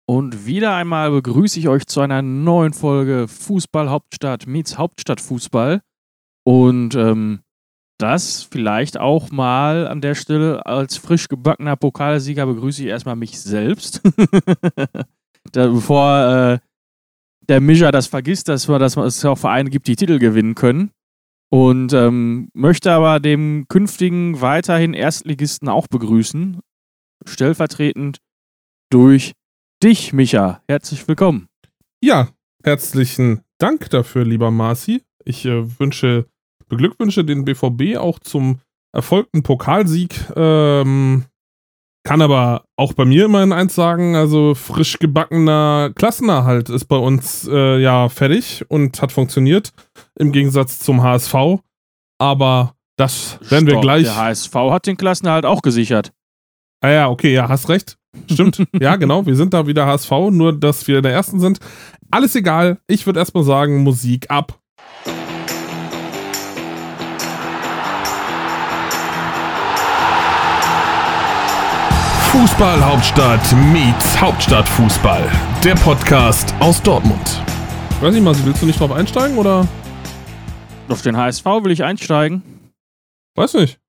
Und wieder einmal begrüße ich euch zu einer neuen Folge Fußball Hauptstadt meets Hauptstadtfußball. Und das vielleicht auch mal an der Stelle als frisch gebackener Pokalsieger begrüße ich erstmal mich selbst. Bevor der Mischer das vergisst, dass es auch Vereine gibt, die Titel gewinnen können. Und möchte aber dem künftigen weiterhin Erstligisten auch begrüßen. Stellvertretend durch dich, Micha. Herzlich willkommen. Ja, herzlichen Dank dafür, lieber Marci. Ich beglückwünsche den BVB auch zum erfolgten Pokalsieg. Kann aber auch bei mir immerhin eins sagen, also frisch gebackener Klassenerhalt ist bei uns fertig und hat funktioniert, im Gegensatz zum HSV. Aber das werden wir gleich... Der HSV hat den Klassenerhalt auch gesichert. Ah ja, okay, ja, hast recht. Stimmt, ja, genau, wir sind da wieder HSV, nur dass wir in der ersten sind. Alles egal, ich würde erstmal sagen, Musik ab. Fußball Hauptstadt meets Hauptstadtfußball. Der Podcast aus Dortmund. Weiß nicht mal, willst du nicht drauf einsteigen, oder? Auf den HSV will ich einsteigen. Weiß nicht.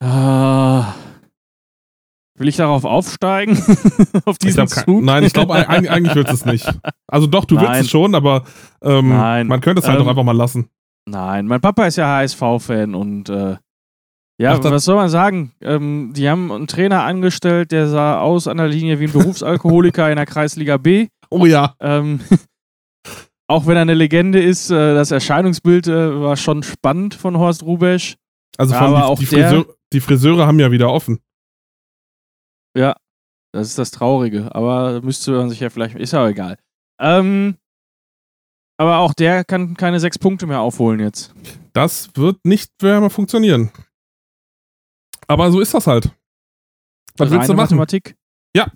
Will ich darauf aufsteigen? Auf diesen Zug? Nein, ich glaube, eigentlich willst du es nicht. Also doch, du willst es schon, aber man könnte es halt doch einfach mal lassen. Nein, mein Papa ist ja HSV-Fan und was soll man sagen? Die haben einen Trainer angestellt, der sah aus an der Linie wie ein Berufsalkoholiker in der Kreisliga B. Oh ja. Auch wenn er eine Legende ist, das Erscheinungsbild war schon spannend von Horst Hrubesch. Also die Friseure haben ja wieder offen. Ja, das ist das Traurige. Aber müsste man sich ja vielleicht... Ist ja auch egal. Aber auch der kann keine 6 Punkte mehr aufholen jetzt. Das wird nicht mehr funktionieren. Aber so ist das halt. Was willst du machen? Mathematik. Ja.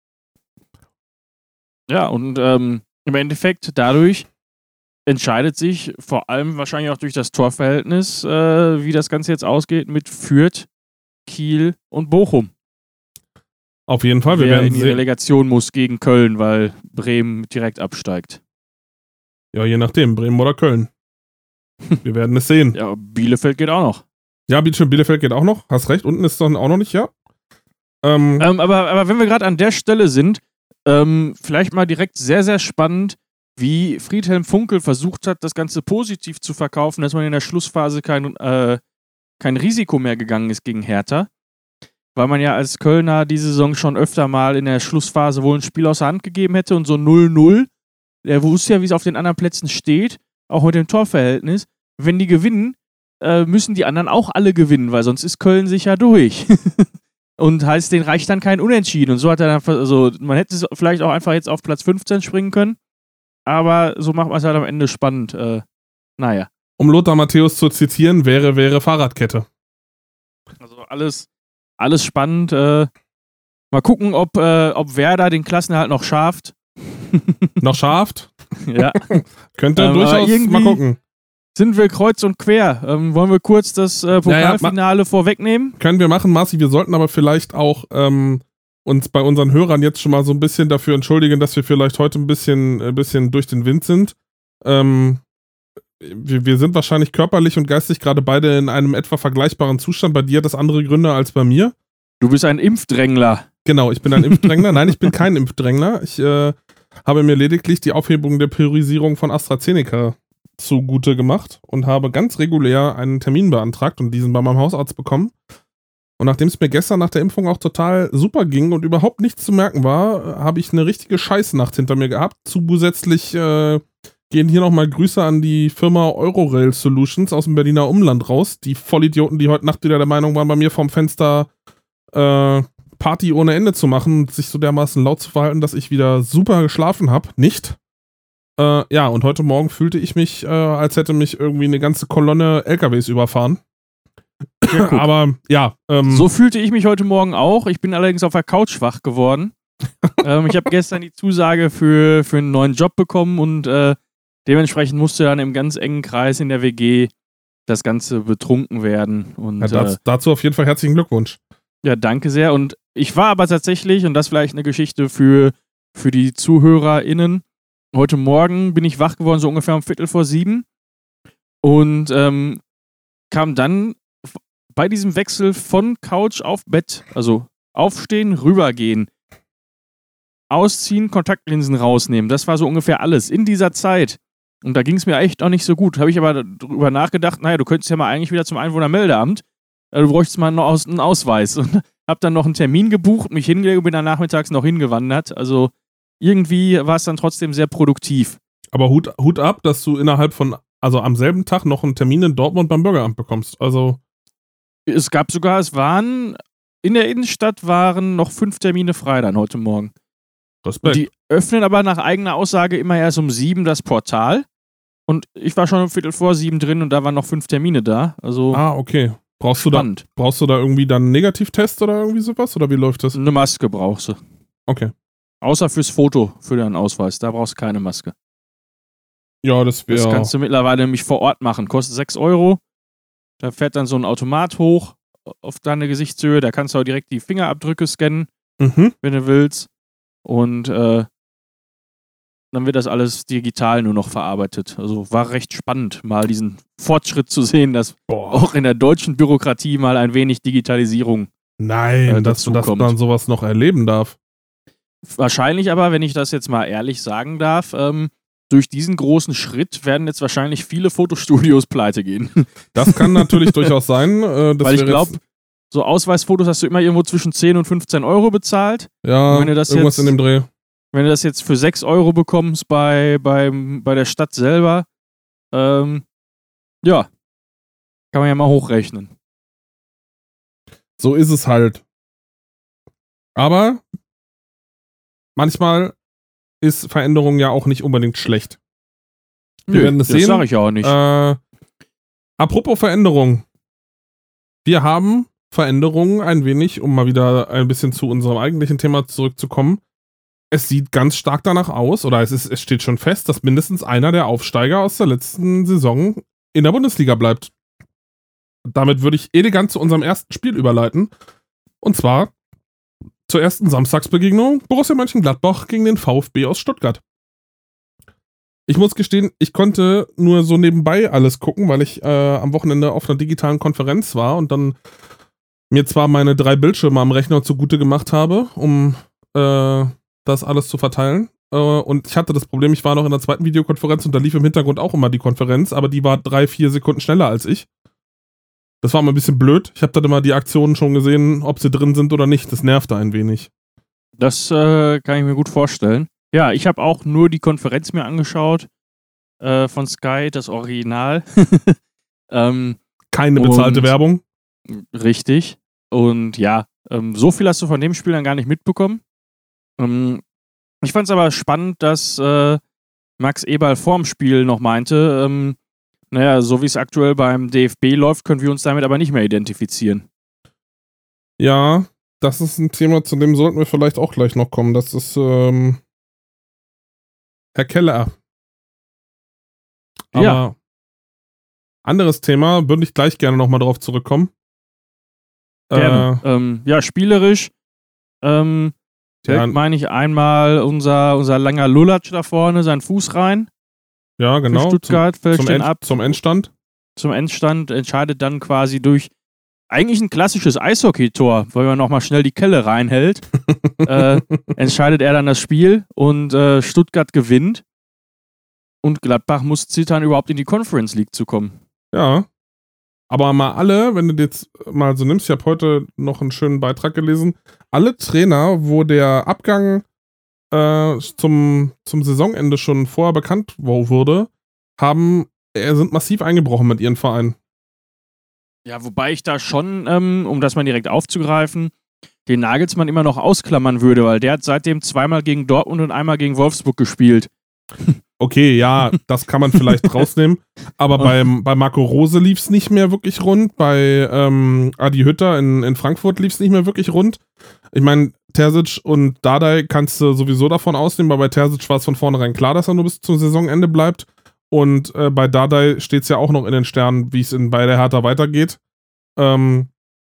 Ja, und im Endeffekt dadurch entscheidet sich vor allem wahrscheinlich auch durch das Torverhältnis, wie das Ganze jetzt ausgeht mit Fürth, Kiel und Bochum. Auf jeden Fall. Wer in die Relegation muss gegen Köln, weil Bremen direkt absteigt. Ja, je nachdem. Bremen oder Köln. Wir werden es sehen. Ja, Bielefeld geht auch noch. Ja, Bielefeld geht auch noch. Hast recht. Unten ist dann auch noch nicht, ja. Aber wenn wir gerade an der Stelle sind, vielleicht mal direkt sehr, sehr spannend, wie Friedhelm Funkel versucht hat, das Ganze positiv zu verkaufen, dass man in der Schlussphase kein Risiko mehr gegangen ist gegen Hertha. Weil man ja als Kölner diese Saison schon öfter mal in der Schlussphase wohl ein Spiel aus der Hand gegeben hätte und so 0-0. Der wusste ja, wie es auf den anderen Plätzen steht, auch mit dem Torverhältnis. Wenn die gewinnen, müssen die anderen auch alle gewinnen, weil sonst ist Köln sicher durch. Und heißt, denen reicht dann kein Unentschieden. Und so hat er dann, also man hätte es vielleicht auch einfach jetzt auf Platz 15 springen können, aber so macht man es halt am Ende spannend. Naja. Um Lothar Matthäus zu zitieren, wäre Fahrradkette. Also alles spannend. Mal gucken, ob Werder den Klassenerhalt noch schafft. Noch schafft? Ja. Könnte durchaus mal gucken. Sind wir kreuz und quer. Wollen wir kurz das Pokalfinale vorwegnehmen? Können wir machen, Marci. Wir sollten aber vielleicht auch uns bei unseren Hörern jetzt schon mal so ein bisschen dafür entschuldigen, dass wir vielleicht heute ein bisschen durch den Wind sind. Wir sind wahrscheinlich körperlich und geistig gerade beide in einem etwa vergleichbaren Zustand. Bei dir hat das andere Gründe als bei mir. Du bist ein Impfdrängler. Genau, ich bin ein Impfdrängler. Nein, ich bin kein Impfdrängler. Ich habe mir lediglich die Aufhebung der Priorisierung von AstraZeneca zugute gemacht und habe ganz regulär einen Termin beantragt und diesen bei meinem Hausarzt bekommen. Und nachdem es mir gestern nach der Impfung auch total super ging und überhaupt nichts zu merken war, habe ich eine richtige Scheißnacht hinter mir gehabt. Zusätzlich gehen hier nochmal Grüße an die Firma Eurorail Solutions aus dem Berliner Umland raus. Die Vollidioten, die heute Nacht wieder der Meinung waren, bei mir vorm Fenster Party ohne Ende zu machen und sich so dermaßen laut zu verhalten, dass ich wieder super geschlafen habe. Nicht. Und heute Morgen fühlte ich mich, als hätte mich irgendwie eine ganze Kolonne LKWs überfahren. Ja, aber ja. So fühlte ich mich heute Morgen auch. Ich bin allerdings auf der Couch wach geworden. Ich habe gestern die Zusage für einen neuen Job bekommen und dementsprechend musste dann im ganz engen Kreis in der WG das Ganze betrunken werden. Und, dazu auf jeden Fall herzlichen Glückwunsch. Ja, danke sehr. Und ich war aber tatsächlich, und das vielleicht eine Geschichte für für die ZuhörerInnen. Heute Morgen bin ich wach geworden, so ungefähr um 6:45 und kam dann bei diesem Wechsel von Couch auf Bett, also aufstehen, rübergehen, ausziehen, Kontaktlinsen rausnehmen. Das war so ungefähr alles in dieser Zeit. Und da ging es mir echt auch nicht so gut. Habe ich aber drüber nachgedacht, naja, du könntest ja mal eigentlich wieder zum Einwohnermeldeamt. Du bräuchtest mal einen Ausweis. Und habe dann noch einen Termin gebucht, mich hingelegt und bin dann nachmittags noch hingewandert. Also irgendwie war es dann trotzdem sehr produktiv. Aber Hut ab, dass du innerhalb von, also am selben Tag noch einen Termin in Dortmund beim Bürgeramt bekommst. Also es waren in der Innenstadt waren noch 5 Termine frei dann heute Morgen. Respekt. Die öffnen aber nach eigener Aussage immer erst um 7 das Portal. Und ich war schon um 6:45 drin und da waren noch 5 Termine da. Also okay. Brauchst du da irgendwie dann einen Negativtest oder irgendwie sowas? Oder wie läuft das? Eine Maske brauchst du. Okay. Außer fürs Foto, für deinen Ausweis. Da brauchst du keine Maske. Ja, das wäre... Das kannst du mittlerweile nämlich vor Ort machen. Kostet 6 €. Da fährt dann so ein Automat hoch auf deine Gesichtshöhe. Da kannst du auch direkt die Fingerabdrücke scannen, wenn du willst. Und dann wird das alles digital nur noch verarbeitet. Also war recht spannend, mal diesen Fortschritt zu sehen, dass auch in der deutschen Bürokratie mal ein wenig Digitalisierung dass man sowas noch erleben darf. Wahrscheinlich aber, wenn ich das jetzt mal ehrlich sagen darf, durch diesen großen Schritt werden jetzt wahrscheinlich viele Fotostudios pleite gehen. Das kann natürlich durchaus sein. Weil ich glaube, so Ausweisfotos hast du immer irgendwo zwischen 10 und 15 € bezahlt. Ja, irgendwas in dem Dreh. Wenn du das jetzt für 6 € bekommst bei der Stadt selber, ja, kann man ja mal hochrechnen. So ist es halt. Aber manchmal ist Veränderung ja auch nicht unbedingt schlecht. Wir werden es sehen. Das sage ich auch nicht. Apropos Veränderung. Wir haben Veränderungen ein wenig, um mal wieder ein bisschen zu unserem eigentlichen Thema zurückzukommen. Es sieht ganz stark danach aus, oder es steht schon fest, dass mindestens einer der Aufsteiger aus der letzten Saison in der Bundesliga bleibt. Damit würde ich elegant zu unserem ersten Spiel überleiten. Und zwar zur ersten Samstagsbegegnung Borussia Mönchengladbach gegen den VfB aus Stuttgart. Ich muss gestehen, ich konnte nur so nebenbei alles gucken, weil ich am Wochenende auf einer digitalen Konferenz war und dann mir zwar meine 3 Bildschirme am Rechner zugute gemacht habe, um das alles zu verteilen. Und ich hatte das Problem, ich war noch in der zweiten Videokonferenz und da lief im Hintergrund auch immer die Konferenz, aber die war 3-4 Sekunden schneller als ich. Das war immer ein bisschen blöd. Ich habe dann immer die Aktionen schon gesehen, ob sie drin sind oder nicht. Das nervte ein wenig. Das kann ich mir gut vorstellen. Ja, ich habe auch nur die Konferenz mir angeschaut von Sky, das Original. Keine bezahlte Werbung. Richtig. Und ja, so viel hast du von dem Spiel dann gar nicht mitbekommen. Ich fand es aber spannend, dass Max Eberl vorm Spiel noch meinte, naja, so wie es aktuell beim DFB läuft, können wir uns damit aber nicht mehr identifizieren. Ja, das ist ein Thema, zu dem sollten wir vielleicht auch gleich noch kommen. Das ist Herr Keller. Aber ja. Anderes Thema, würde ich gleich gerne nochmal drauf zurückkommen. Gerne. Ja, spielerisch meine ich einmal unser langer Lulatsch da vorne, seinen Fuß rein. Ja, genau. Für Stuttgart Zum Endstand. Zum Endstand entscheidet dann quasi durch eigentlich ein klassisches Eishockey-Tor, weil man nochmal schnell die Kelle reinhält. Entscheidet er dann das Spiel und Stuttgart gewinnt. Und Gladbach muss zittern, überhaupt in die Conference League zu kommen. Ja. Aber mal alle, wenn du jetzt mal so nimmst, ich habe heute noch einen schönen Beitrag gelesen, alle Trainer, wo der Abgang zum Saisonende schon vorher bekannt wurde, sind massiv eingebrochen mit ihren Vereinen. Ja, wobei ich da schon, um das mal direkt aufzugreifen, den Nagelsmann immer noch ausklammern würde, weil der hat seitdem 2-mal gegen Dortmund und einmal gegen Wolfsburg gespielt. Okay, ja, das kann man vielleicht rausnehmen. Aber bei Marco Rose lief es nicht mehr wirklich rund. Bei Adi Hütter in Frankfurt lief es nicht mehr wirklich rund. Ich meine, Terzic und Dardai kannst du sowieso davon ausnehmen, weil bei Terzic war es von vornherein klar, dass er nur bis zum Saisonende bleibt. Und bei Dardai steht es ja auch noch in den Sternen, wie es bei der Hertha weitergeht. Aber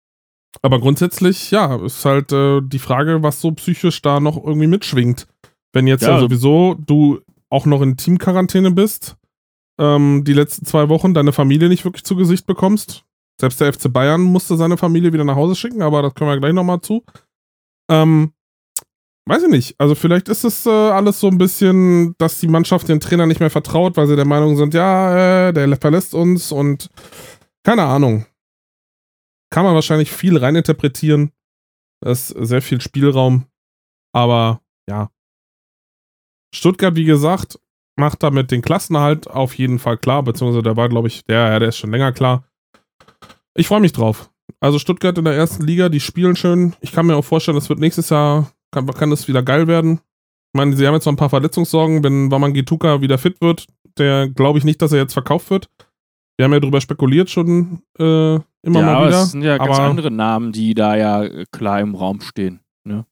grundsätzlich, ja, ist halt die Frage, was so psychisch da noch irgendwie mitschwingt. Wenn jetzt ja sowieso du auch noch in Teamquarantäne bist, die letzten 2 Wochen deine Familie nicht wirklich zu Gesicht bekommst. Selbst der FC Bayern musste seine Familie wieder nach Hause schicken, aber das können wir gleich nochmal zu. Weiß ich nicht. Also vielleicht ist es alles so ein bisschen, dass die Mannschaft den Trainer nicht mehr vertraut, weil sie der Meinung sind, ja, der verlässt uns und keine Ahnung. Kann man wahrscheinlich viel reininterpretieren. Da ist sehr viel Spielraum. Aber ja. Stuttgart, wie gesagt, macht damit den Klassenerhalt auf jeden Fall klar, beziehungsweise der war, glaube ich, der ist schon länger klar. Ich freue mich drauf. Also Stuttgart in der ersten Liga, die spielen schön. Ich kann mir auch vorstellen, das wird nächstes Jahr, kann das wieder geil werden. Ich meine, sie haben jetzt noch ein paar Verletzungssorgen, wenn Wamangituka wieder fit wird. Der glaube ich nicht, dass er jetzt verkauft wird. Wir haben ja drüber spekuliert schon immer mal wieder. Es sind ja ganz andere Namen, die da ja klar im Raum stehen. Ne?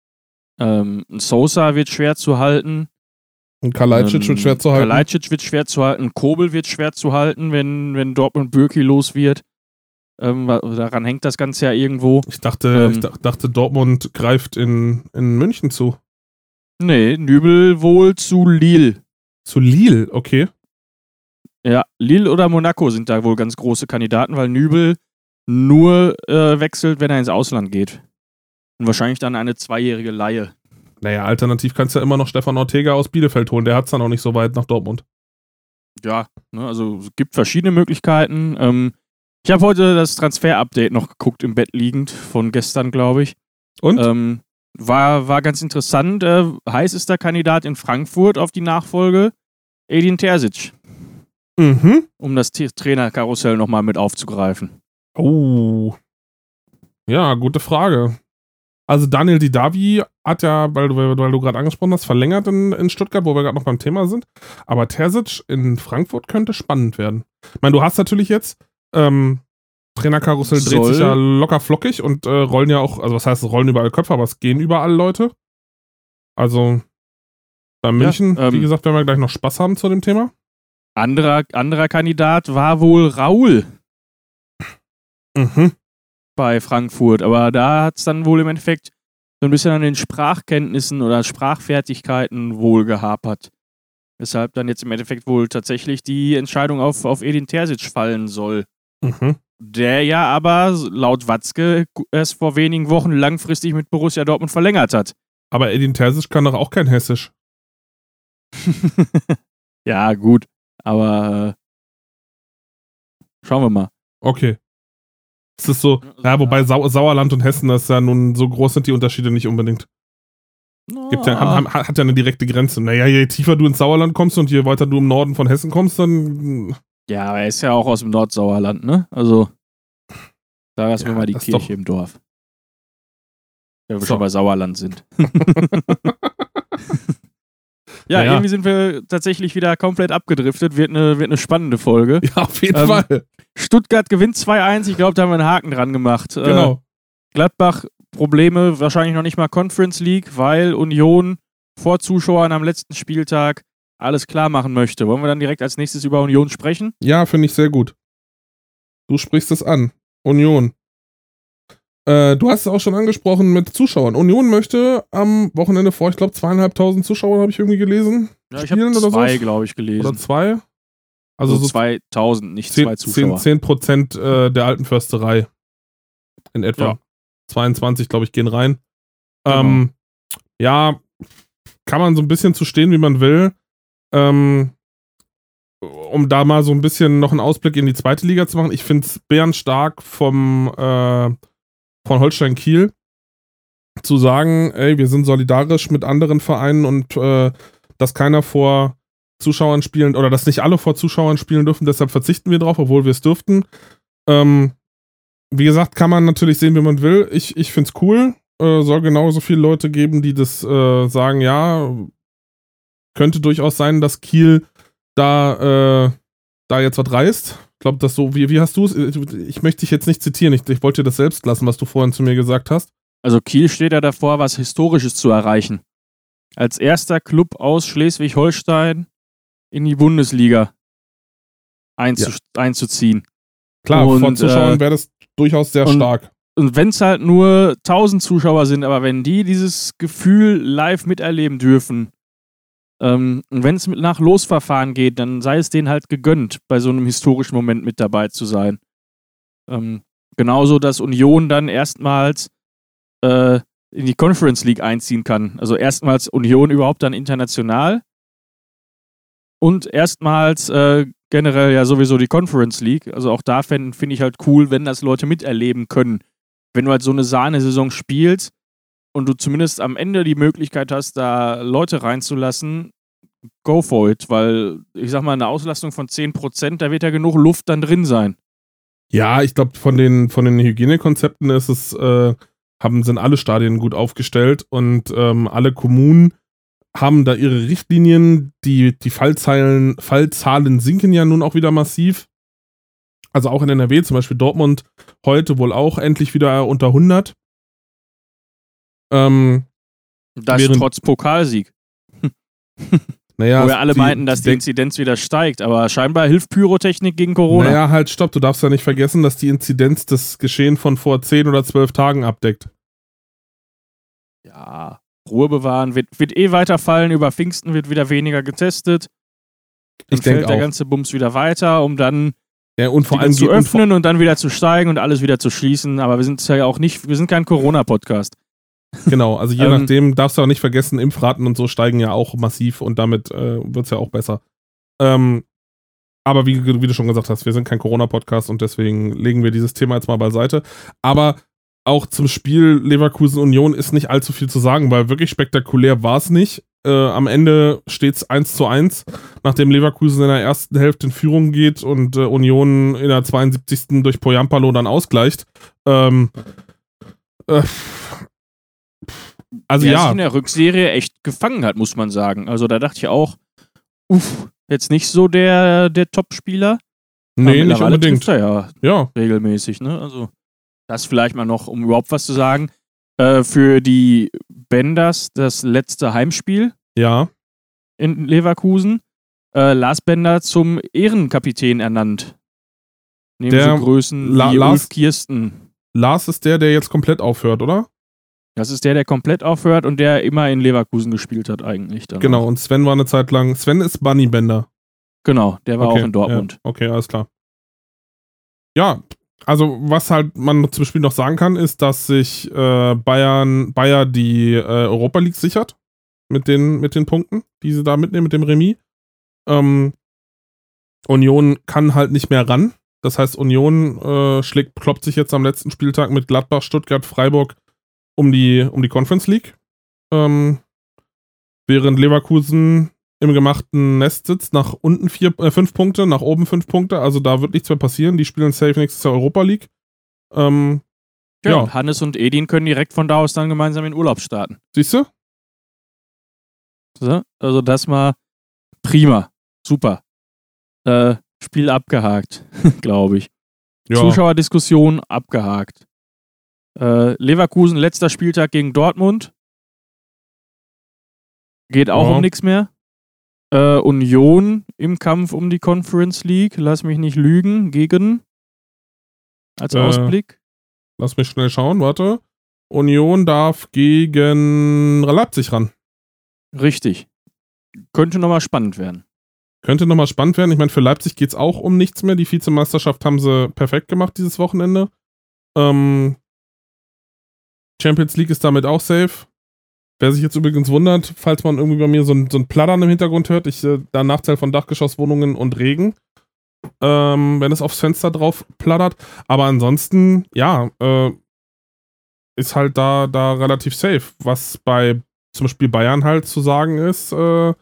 Sosa wird schwer zu halten. Und Kalajdzic wird schwer zu halten. Kalajdzic wird schwer zu halten. Kobel wird schwer zu halten, wenn Dortmund Bürki los wird. Daran hängt das Ganze ja irgendwo. Ich dachte, Dortmund greift in München zu. Nee, Nübel wohl zu Lille. Zu Lille, okay. Ja, Lille oder Monaco sind da wohl ganz große Kandidaten, weil Nübel nur wechselt, wenn er ins Ausland geht. Und wahrscheinlich dann eine 2-jährige Leihe. Naja, alternativ kannst du ja immer noch Stefan Ortega aus Bielefeld holen. Der hat es dann auch nicht so weit nach Dortmund. Ja, ne, also es gibt verschiedene Möglichkeiten. Ich habe heute das Transfer-Update noch geguckt, im Bett liegend, von gestern, glaube ich. Und? War ganz interessant. Heißester Kandidat in Frankfurt auf die Nachfolge, Edin Terzic. Mhm. Um das Trainerkarussell nochmal mit aufzugreifen. Oh. Ja, gute Frage. Also Daniel Didavi hat ja, weil du gerade angesprochen hast, verlängert in Stuttgart, wo wir gerade noch beim Thema sind. Aber Terzic in Frankfurt könnte spannend werden. Ich meine, du hast natürlich jetzt Trainerkarussell dreht sich ja locker flockig und rollen ja auch, also was heißt, rollen überall Köpfe, aber es gehen überall Leute. Also bei München, wie gesagt, werden wir gleich noch Spaß haben zu dem Thema. Anderer Kandidat war wohl Raul. Mhm. Bei Frankfurt, aber da hat es dann wohl im Endeffekt so ein bisschen an den Sprachkenntnissen oder Sprachfertigkeiten wohl gehapert. Weshalb dann jetzt im Endeffekt wohl tatsächlich die Entscheidung auf Edin Terzic fallen soll. Mhm. Der ja aber laut Watzke erst vor wenigen Wochen langfristig mit Borussia Dortmund verlängert hat. Aber Edin Terzic kann doch auch kein Hessisch. Ja, gut, aber schauen wir mal. Okay. Es ist so, ja, wobei Sauerland und Hessen, das ist ja nun, so groß sind die Unterschiede nicht unbedingt. Hat ja eine direkte Grenze. Naja, je tiefer du ins Sauerland kommst und je weiter du im Norden von Hessen kommst, dann... Ja, aber er ist ja auch aus dem Nordsauerland, ne? Also, da lassen wir mal die Kirche im Dorf. Wenn wir schon bei Sauerland sind. Ja, irgendwie sind wir tatsächlich wieder komplett abgedriftet. Wird eine spannende Folge. Ja, auf jeden Fall. Stuttgart gewinnt 2-1. Ich glaube, da haben wir einen Haken dran gemacht. Genau. Gladbach, Probleme, wahrscheinlich noch nicht mal Conference League, weil Union vor Zuschauern am letzten Spieltag alles klar machen möchte. Wollen wir dann direkt als nächstes über Union sprechen? Ja, finde ich sehr gut. Du sprichst es an. Union. Du hast es auch schon angesprochen mit Zuschauern. Union möchte am Wochenende vor, ich glaube, 2.500 Zuschauern, habe ich irgendwie gelesen. Ja, ich habe 2, glaube ich, gelesen. Oder 2? Also so 2.000, nicht 2 Zuschauer. 10% der alten Försterei. In etwa. Ja. 22, glaube ich, gehen rein. Genau. Ja, kann man so ein bisschen zu stehen, wie man will. Um da mal so ein bisschen noch einen Ausblick in die zweite Liga zu machen. Ich finde es bärenstark von Holstein Kiel zu sagen, ey, wir sind solidarisch mit anderen Vereinen und dass keiner vor Zuschauern spielen oder dass nicht alle vor Zuschauern spielen dürfen, deshalb verzichten wir drauf, obwohl wir es dürften. Wie gesagt, kann man natürlich sehen, wie man will. Ich finde es cool. Soll genauso viele Leute geben, die das sagen, ja, könnte durchaus sein, dass Kiel da jetzt was reißt. Ich glaube, das so, wie hast du es? Ich möchte dich jetzt nicht zitieren, ich wollte dir das selbst lassen, was du vorhin zu mir gesagt hast. Also Kiel steht ja davor, was Historisches zu erreichen. Als erster Club aus Schleswig-Holstein in die Bundesliga einzuziehen. Klar, von Zuschauern wäre das durchaus sehr stark. Und wenn es halt nur 1000 Zuschauer sind, aber wenn die dieses Gefühl live miterleben dürfen, und wenn es nach Losverfahren geht, dann sei es denen halt gegönnt, bei so einem historischen Moment mit dabei zu sein. Genauso, dass Union dann erstmals in die Conference League einziehen kann. Also erstmals Union überhaupt dann international und erstmals generell ja sowieso die Conference League. Also auch da finde ich halt cool, wenn das Leute miterleben können. Wenn du halt so eine Sahnesaison spielst und du zumindest am Ende die Möglichkeit hast, da Leute reinzulassen, go for it, weil ich sag mal, eine Auslastung von 10%, da wird ja genug Luft dann drin sein. Ja, ich glaube, von den Hygienekonzepten sind alle Stadien gut aufgestellt und alle Kommunen haben da ihre Richtlinien. Die Fallzahlen sinken ja nun auch wieder massiv. Also auch in NRW, zum Beispiel Dortmund heute wohl auch endlich wieder unter 100. Das trotz Pokalsieg. Naja, wo wir alle meinten, dass die Inzidenz wieder steigt, aber scheinbar hilft Pyrotechnik gegen Corona. Naja, halt, stopp, du darfst ja nicht vergessen, dass die Inzidenz das Geschehen von vor 10 oder 12 Tagen abdeckt. Ja, Ruhe bewahren, wird weiter fallen, über Pfingsten wird wieder weniger getestet. Dann fällt der ganze Bums wieder weiter, um dann und vor allem zu öffnen und dann wieder zu steigen und alles wieder zu schließen. Aber wir sind ja auch nicht, wir sind kein Corona-Podcast. Genau, also je nachdem, darfst du auch nicht vergessen, Impfraten und so steigen ja auch massiv und damit wird es ja auch besser. Aber wie du schon gesagt hast, wir sind kein Corona-Podcast und deswegen legen wir dieses Thema jetzt mal beiseite. Aber auch zum Spiel Leverkusen-Union ist nicht allzu viel zu sagen, weil wirklich spektakulär war es nicht. Am Ende steht es 1:1, nachdem Leverkusen in der ersten Hälfte in Führung geht und Union in der 72. durch Poyampalo dann ausgleicht. Also der sich in der Rückserie echt gefangen hat, muss man sagen. Also da dachte ich auch, jetzt nicht so der Top-Spieler. Nee, nicht unbedingt. Trifft er ja regelmäßig, ne? Also das vielleicht mal noch, um überhaupt was zu sagen. Für die Benders das letzte Heimspiel in Leverkusen. Lars Bender zum Ehrenkapitän ernannt. Neben so Größen wie Ulf Kirsten. Lars ist der jetzt komplett aufhört, oder? Das ist der komplett aufhört und der immer in Leverkusen gespielt hat eigentlich. Dann genau, auch. Und Sven war eine Zeit lang, Sven ist Bunny Bender. Genau, der war auch in Dortmund. Ja, okay, alles klar. Ja, also was halt man zum Spiel noch sagen kann, ist, dass sich Bayer die Europa League sichert mit den Punkten, die sie da mitnehmen, mit dem Remis. Union kann halt nicht mehr ran. Das heißt, Union kloppt sich jetzt am letzten Spieltag mit Gladbach, Stuttgart, Freiburg um die Conference League. Während Leverkusen im gemachten Nest sitzt, nach unten 5 Punkte, nach oben 5 Punkte. Also da wird nichts mehr passieren. Die spielen safe nächstes Jahr Europa League. Und Hannes und Edin können direkt von da aus dann gemeinsam in Urlaub starten. Siehst du? So, also das mal prima. Super. Spiel abgehakt, glaube ich. Ja. Zuschauerdiskussion abgehakt. Leverkusen, letzter Spieltag gegen Dortmund. Geht auch um nichts mehr. Union im Kampf um die Conference League. Lass mich nicht lügen. Gegen. Als Ausblick. Lass mich schnell schauen, warte. Union darf gegen Leipzig ran. Richtig. Könnte nochmal spannend werden. Ich meine, für Leipzig geht es auch um nichts mehr. Die Vizemeisterschaft haben sie perfekt gemacht dieses Wochenende. Champions League ist damit auch safe. Wer sich jetzt übrigens wundert, falls man irgendwie bei mir so ein Plattern im Hintergrund hört, da Nachteil von Dachgeschosswohnungen und Regen, wenn es aufs Fenster drauf plattert. Aber ansonsten, ist halt da relativ safe. Was bei zum Beispiel Bayern halt zu sagen ist,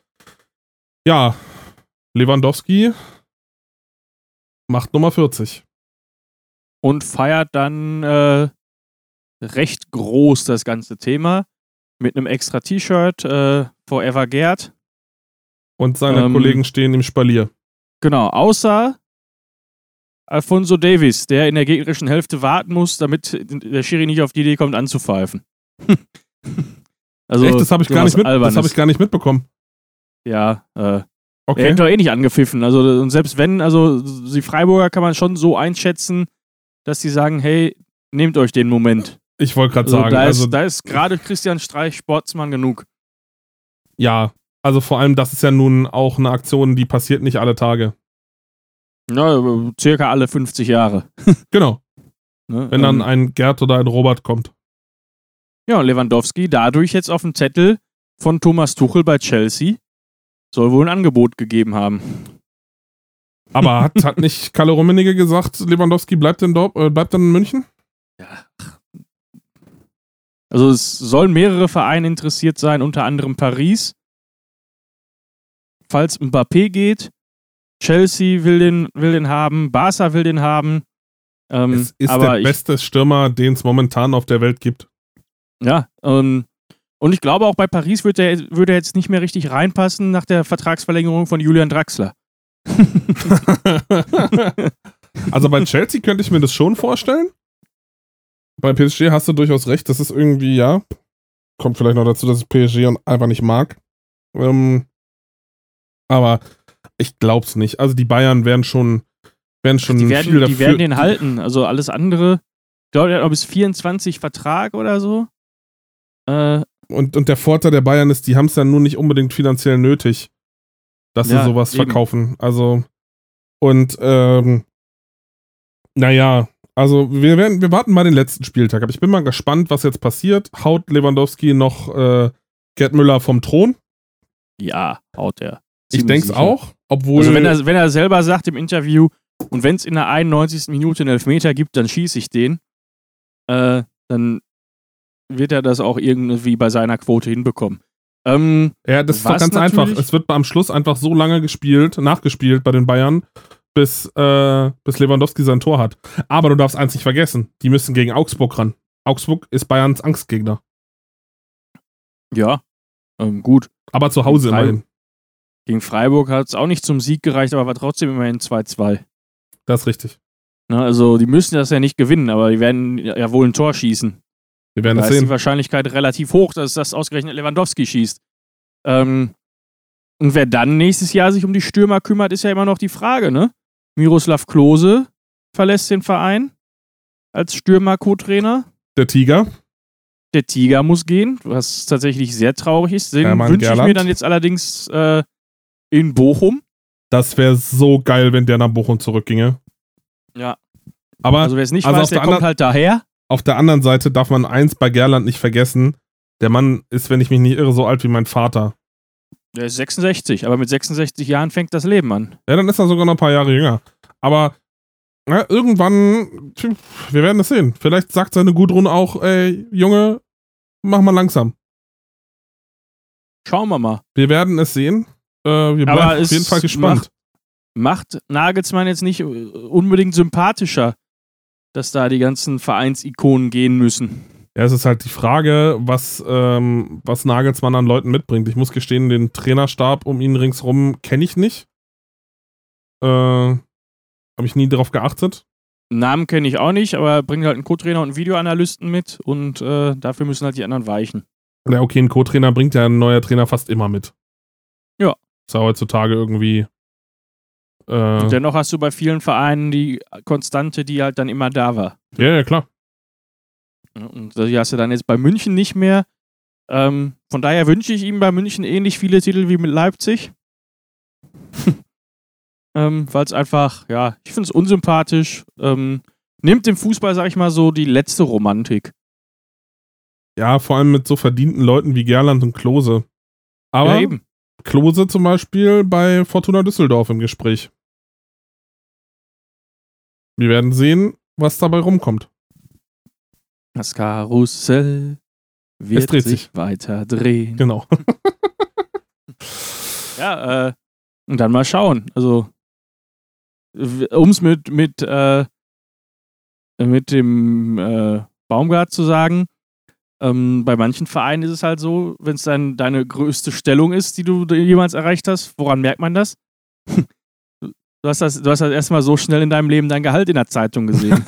Lewandowski macht Nummer 40. Und feiert dann recht groß das ganze Thema mit einem extra T-Shirt, Forever Gerd. Und seine Kollegen stehen im Spalier. Genau, außer Alphonso Davies, der in der gegnerischen Hälfte warten muss, damit der Schiri nicht auf die Idee kommt, anzupfeifen. Also, echt? Das habe ich gar nicht mitbekommen. Ja, okay. Er hätte doch eh nicht angepfiffen. Also, und selbst wenn, also die Freiburger kann man schon so einschätzen, dass sie sagen, hey, nehmt euch den Moment. Ich wollte gerade sagen. Da ist gerade Christian Streich Sportsmann genug. Ja, also vor allem, das ist ja nun auch eine Aktion, die passiert nicht alle Tage. Ja, circa alle 50 Jahre. Genau. Ne? Wenn dann ein Gerd oder ein Robert kommt. Ja, und Lewandowski dadurch jetzt auf dem Zettel von Thomas Tuchel bei Chelsea soll wohl ein Angebot gegeben haben. Aber hat nicht Kalle Rummenigge gesagt, Lewandowski bleibt dann in München? Ja. Also es sollen mehrere Vereine interessiert sein, unter anderem Paris. Falls Mbappé geht, Chelsea will den haben, Barca will den haben. Es ist aber der beste Stürmer, den es momentan auf der Welt gibt. Ja, und ich glaube auch bei Paris würde er jetzt nicht mehr richtig reinpassen nach der Vertragsverlängerung von Julian Draxler. Also bei Chelsea könnte ich mir das schon vorstellen. Bei PSG hast du durchaus recht, das ist irgendwie, ja, kommt vielleicht noch dazu, dass ich PSG einfach nicht mag. Aber ich glaub's nicht. Also die Bayern werden schon viel dafür. Die werden den halten. Also alles andere, ich glaube, der hat noch bis 24 Vertrag oder so. Und der Vorteil der Bayern ist, die haben es ja nun nicht unbedingt finanziell nötig, dass sie sowas eben verkaufen. Also, und naja, also wir warten mal den letzten Spieltag. Aber ich bin mal gespannt, was jetzt passiert. Haut Lewandowski noch Gerd Müller vom Thron? Ja, haut er. Ich denke es auch, obwohl. Also wenn er selber sagt im Interview, und wenn es in der 91. Minute einen Elfmeter gibt, dann schieße ich den, dann wird er das auch irgendwie bei seiner Quote hinbekommen. Ja, das ist doch ganz einfach. Es wird am Schluss einfach so lange nachgespielt bei den Bayern, bis Lewandowski sein Tor hat. Aber du darfst eins nicht vergessen, die müssen gegen Augsburg ran. Augsburg ist Bayerns Angstgegner. Ja, gut. Aber zu Hause immerhin. Gegen Freiburg hat es auch nicht zum Sieg gereicht, aber war trotzdem immerhin 2-2. Das ist richtig. Na, also die müssen das ja nicht gewinnen, aber die werden ja wohl ein Tor schießen. Wir werden da das ist sehen. Die Wahrscheinlichkeit relativ hoch, dass das ausgerechnet Lewandowski schießt. Und wer dann nächstes Jahr sich um die Stürmer kümmert, ist ja immer noch die Frage, ne? Miroslav Klose verlässt den Verein als Stürmer-Co-Trainer. Der Tiger muss gehen, was tatsächlich sehr traurig ist. Den Hermann wünsche ich Gerland mir dann jetzt allerdings in Bochum. Das wäre so geil, wenn der nach Bochum zurückginge. Ja. Aber also wer es nicht weiß, der kommt halt daher. Auf der anderen Seite darf man eins bei Gerland nicht vergessen. Der Mann ist, wenn ich mich nicht irre, so alt wie mein Vater. Der ist 66, aber mit 66 Jahren fängt das Leben an. Ja, dann ist er sogar noch ein paar Jahre jünger. Aber irgendwann, wir werden es sehen. Vielleicht sagt seine Gudrun auch, ey, Junge, mach mal langsam. Schauen wir mal. Wir werden es sehen. Wir bleiben auf jeden Fall gespannt. Macht Nagelsmann jetzt nicht unbedingt sympathischer, dass da die ganzen Vereinsikonen gehen müssen? Ja, es ist halt die Frage, was Nagelsmann an Leuten mitbringt. Ich muss gestehen, den Trainerstab um ihn ringsrum kenne ich nicht. Habe ich nie darauf geachtet. Namen kenne ich auch nicht, aber er bringt halt einen Co-Trainer und einen Videoanalysten mit und dafür müssen halt die anderen weichen. Ja, okay, ein Co-Trainer bringt ja ein neuer Trainer fast immer mit. Ja. Ist ja heutzutage irgendwie. Und dennoch hast du bei vielen Vereinen die Konstante, die halt dann immer da war. Ja, klar. Und die hast du dann jetzt bei München nicht mehr. Von daher wünsche ich ihm bei München ähnlich viele Titel wie mit Leipzig. Weil es einfach, ja, ich finde es unsympathisch. Nimmt dem Fußball, sag ich mal so, die letzte Romantik. Ja, vor allem mit so verdienten Leuten wie Gerland und Klose. Aber ja, eben. Klose zum Beispiel bei Fortuna Düsseldorf im Gespräch. Wir werden sehen, was dabei rumkommt. Das Karussell wird sich weiter drehen. Genau. Ja, und dann mal schauen. Also, um es mit dem Baumgart zu sagen, bei manchen Vereinen ist es halt so, wenn es dann deine größte Stellung ist, die du jemals erreicht hast, woran merkt man das? Du hast das erstmal so schnell in deinem Leben dein Gehalt in der Zeitung gesehen.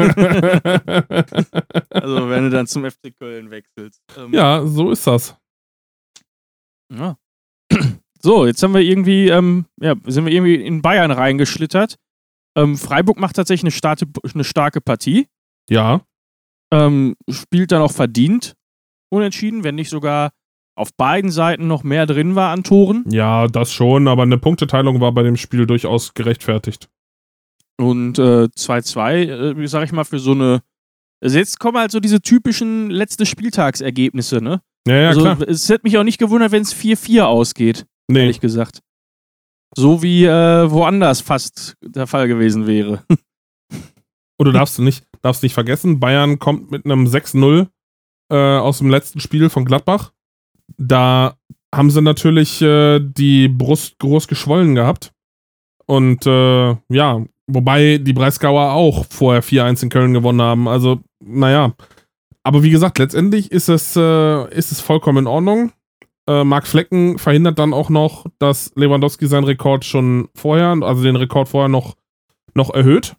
Also wenn du dann zum FC Köln wechselst. Ja, so ist das. Ja. So, jetzt haben wir irgendwie, sind wir irgendwie in Bayern reingeschlittert. Freiburg macht tatsächlich eine starke Partie. Ja. Spielt dann auch verdient unentschieden, wenn nicht sogar auf beiden Seiten noch mehr drin war an Toren. Ja, das schon, aber eine Punkteteilung war bei dem Spiel durchaus gerechtfertigt. Und 2-2, sag ich mal, für so eine. Also jetzt kommen halt so diese typischen letzte Spieltagsergebnisse, ne? Ja, also, klar. Es hätte mich auch nicht gewundert, wenn es 4-4 ausgeht, ehrlich gesagt. So wie woanders fast der Fall gewesen wäre. Und du darfst nicht vergessen, Bayern kommt mit einem 6-0 aus dem letzten Spiel von Gladbach. Da haben sie natürlich die Brust groß geschwollen gehabt. Und ja, wobei die Breisgauer auch vorher 4-1 in Köln gewonnen haben. Also, naja. Aber wie gesagt, letztendlich ist es vollkommen in Ordnung. Marc Flecken verhindert dann auch noch, dass Lewandowski seinen Rekord schon vorher, also den Rekord vorher noch erhöht.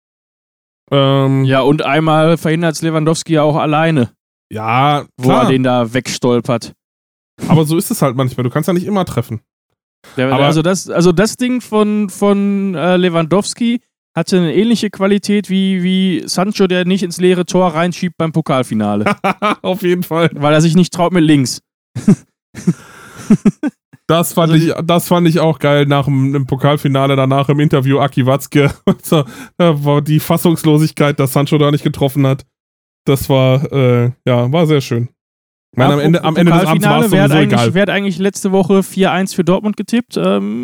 Ja, und einmal verhindert es Lewandowski ja auch alleine. Ja, klar. Wo er den da wegstolpert. Aber so ist es halt manchmal. Du kannst ja nicht immer treffen. Ja, also das Ding von Lewandowski hatte eine ähnliche Qualität wie Sancho, der nicht ins leere Tor reinschiebt beim Pokalfinale. Auf jeden Fall. Weil er sich nicht traut mit links. Das fand ich auch geil nach dem Pokalfinale, danach im Interview Aki Watzke. Da war die Fassungslosigkeit, dass Sancho da nicht getroffen hat. Das war, war sehr schön. Ich meine, am Ende des Abends war es sowieso egal. Wer hat eigentlich letzte Woche 4-1 für Dortmund getippt?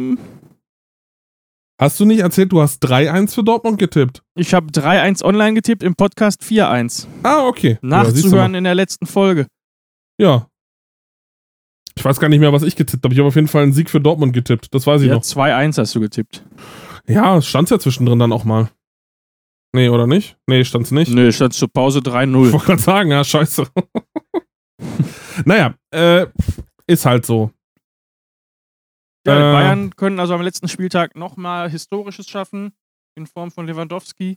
Hast du nicht erzählt, du hast 3-1 für Dortmund getippt? Ich habe 3-1 online getippt, im Podcast 4-1. Ah, okay. Nachzuhören in der letzten Folge. Ja. Ich weiß gar nicht mehr, was ich getippt habe. Ich habe auf jeden Fall einen Sieg für Dortmund getippt. Das weiß ich noch. 2-1 hast du getippt. Ja, stand es ja zwischendrin dann auch mal. Nee, oder nicht? Nee, stand's nicht. Nee, stand zur Pause 3-0. Ich wollte gerade sagen, ja, scheiße. Naja, ist halt so. Ja, Bayern können also am letzten Spieltag nochmal Historisches schaffen, in Form von Lewandowski.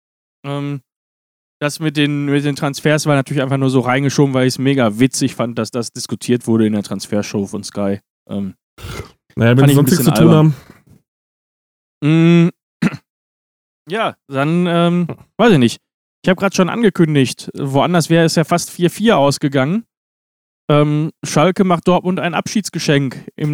Das mit den Transfers war natürlich einfach nur so reingeschoben, weil ich es mega witzig fand, dass das diskutiert wurde in der Transfershow von Sky. Naja, wenn sie sonst nichts zu tun haben. Ja, dann, weiß ich nicht. Ich habe gerade schon angekündigt, woanders wäre es ja fast 4-4 ausgegangen. Schalke macht Dortmund ein Abschiedsgeschenk in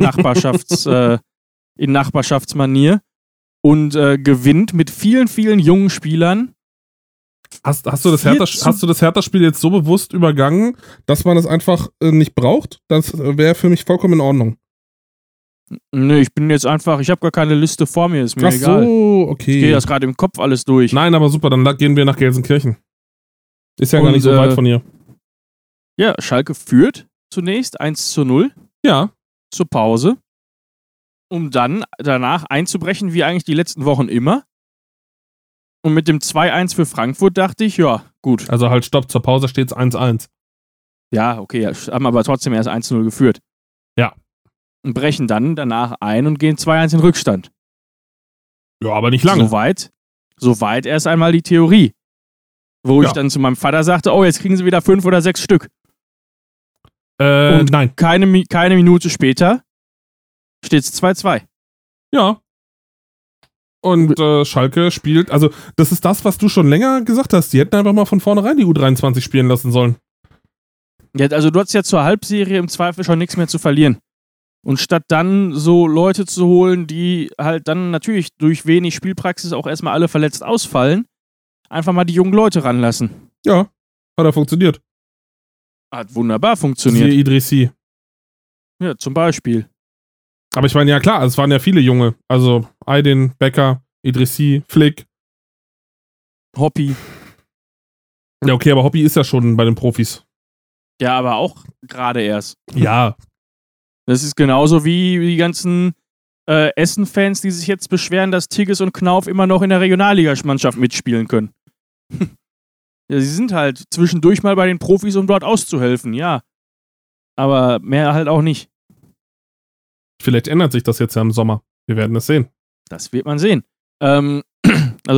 Nachbarschaftsmanier und gewinnt mit vielen, vielen jungen Spielern. Hast du das Hertha-Spiel jetzt so bewusst übergangen, dass man es einfach nicht braucht? Das wäre für mich vollkommen in Ordnung. Nee, ich habe gar keine Liste vor mir, ist mir egal. Ach so, okay. Ich gehe das gerade im Kopf alles durch. Nein, aber super, dann gehen wir nach Gelsenkirchen. Ist ja gar nicht so weit von hier. Ja, Schalke führt zunächst 1-0. Ja. Zur Pause. Um dann danach einzubrechen, wie eigentlich die letzten Wochen immer. Und mit dem 2-1 für Frankfurt dachte ich, ja, gut. Also halt stopp, zur Pause steht es 1-1. Ja, okay, haben aber trotzdem erst 1-0 geführt. Ja. Und brechen dann danach ein und gehen 2-1 in Rückstand. Ja, aber nicht lange. Soweit erst einmal die Theorie. Wo ich dann zu meinem Vater sagte, oh, jetzt kriegen sie wieder 5 oder 6 Stück. Und nein. Keine Minute später steht es 2-2. Ja. Und Schalke spielt, also das ist das, was du schon länger gesagt hast. Die hätten einfach mal von vornherein die U23 spielen lassen sollen. Ja, also du hattest ja zur Halbserie im Zweifel schon nichts mehr zu verlieren. Und statt dann so Leute zu holen, die halt dann natürlich durch wenig Spielpraxis auch erstmal alle verletzt ausfallen, einfach mal die jungen Leute ranlassen. Ja, hat funktioniert. Hat wunderbar funktioniert. Siehe Idrissi. Ja, zum Beispiel. Aber ich meine, ja klar, es waren ja viele Junge. Also Aydin, Becker, Idrissi, Flick. Hoppy. Ja, okay, aber Hoppy ist ja schon bei den Profis. Ja, aber auch gerade erst. Ja. Das ist genauso wie die ganzen Essen-Fans, die sich jetzt beschweren, dass Tigges und Knauf immer noch in der Regionalligamannschaft mitspielen können. Ja, sie sind halt zwischendurch mal bei den Profis, um dort auszuhelfen, ja. Aber mehr halt auch nicht. Vielleicht ändert sich das jetzt ja im Sommer. Wir werden es sehen. Das wird man sehen. Also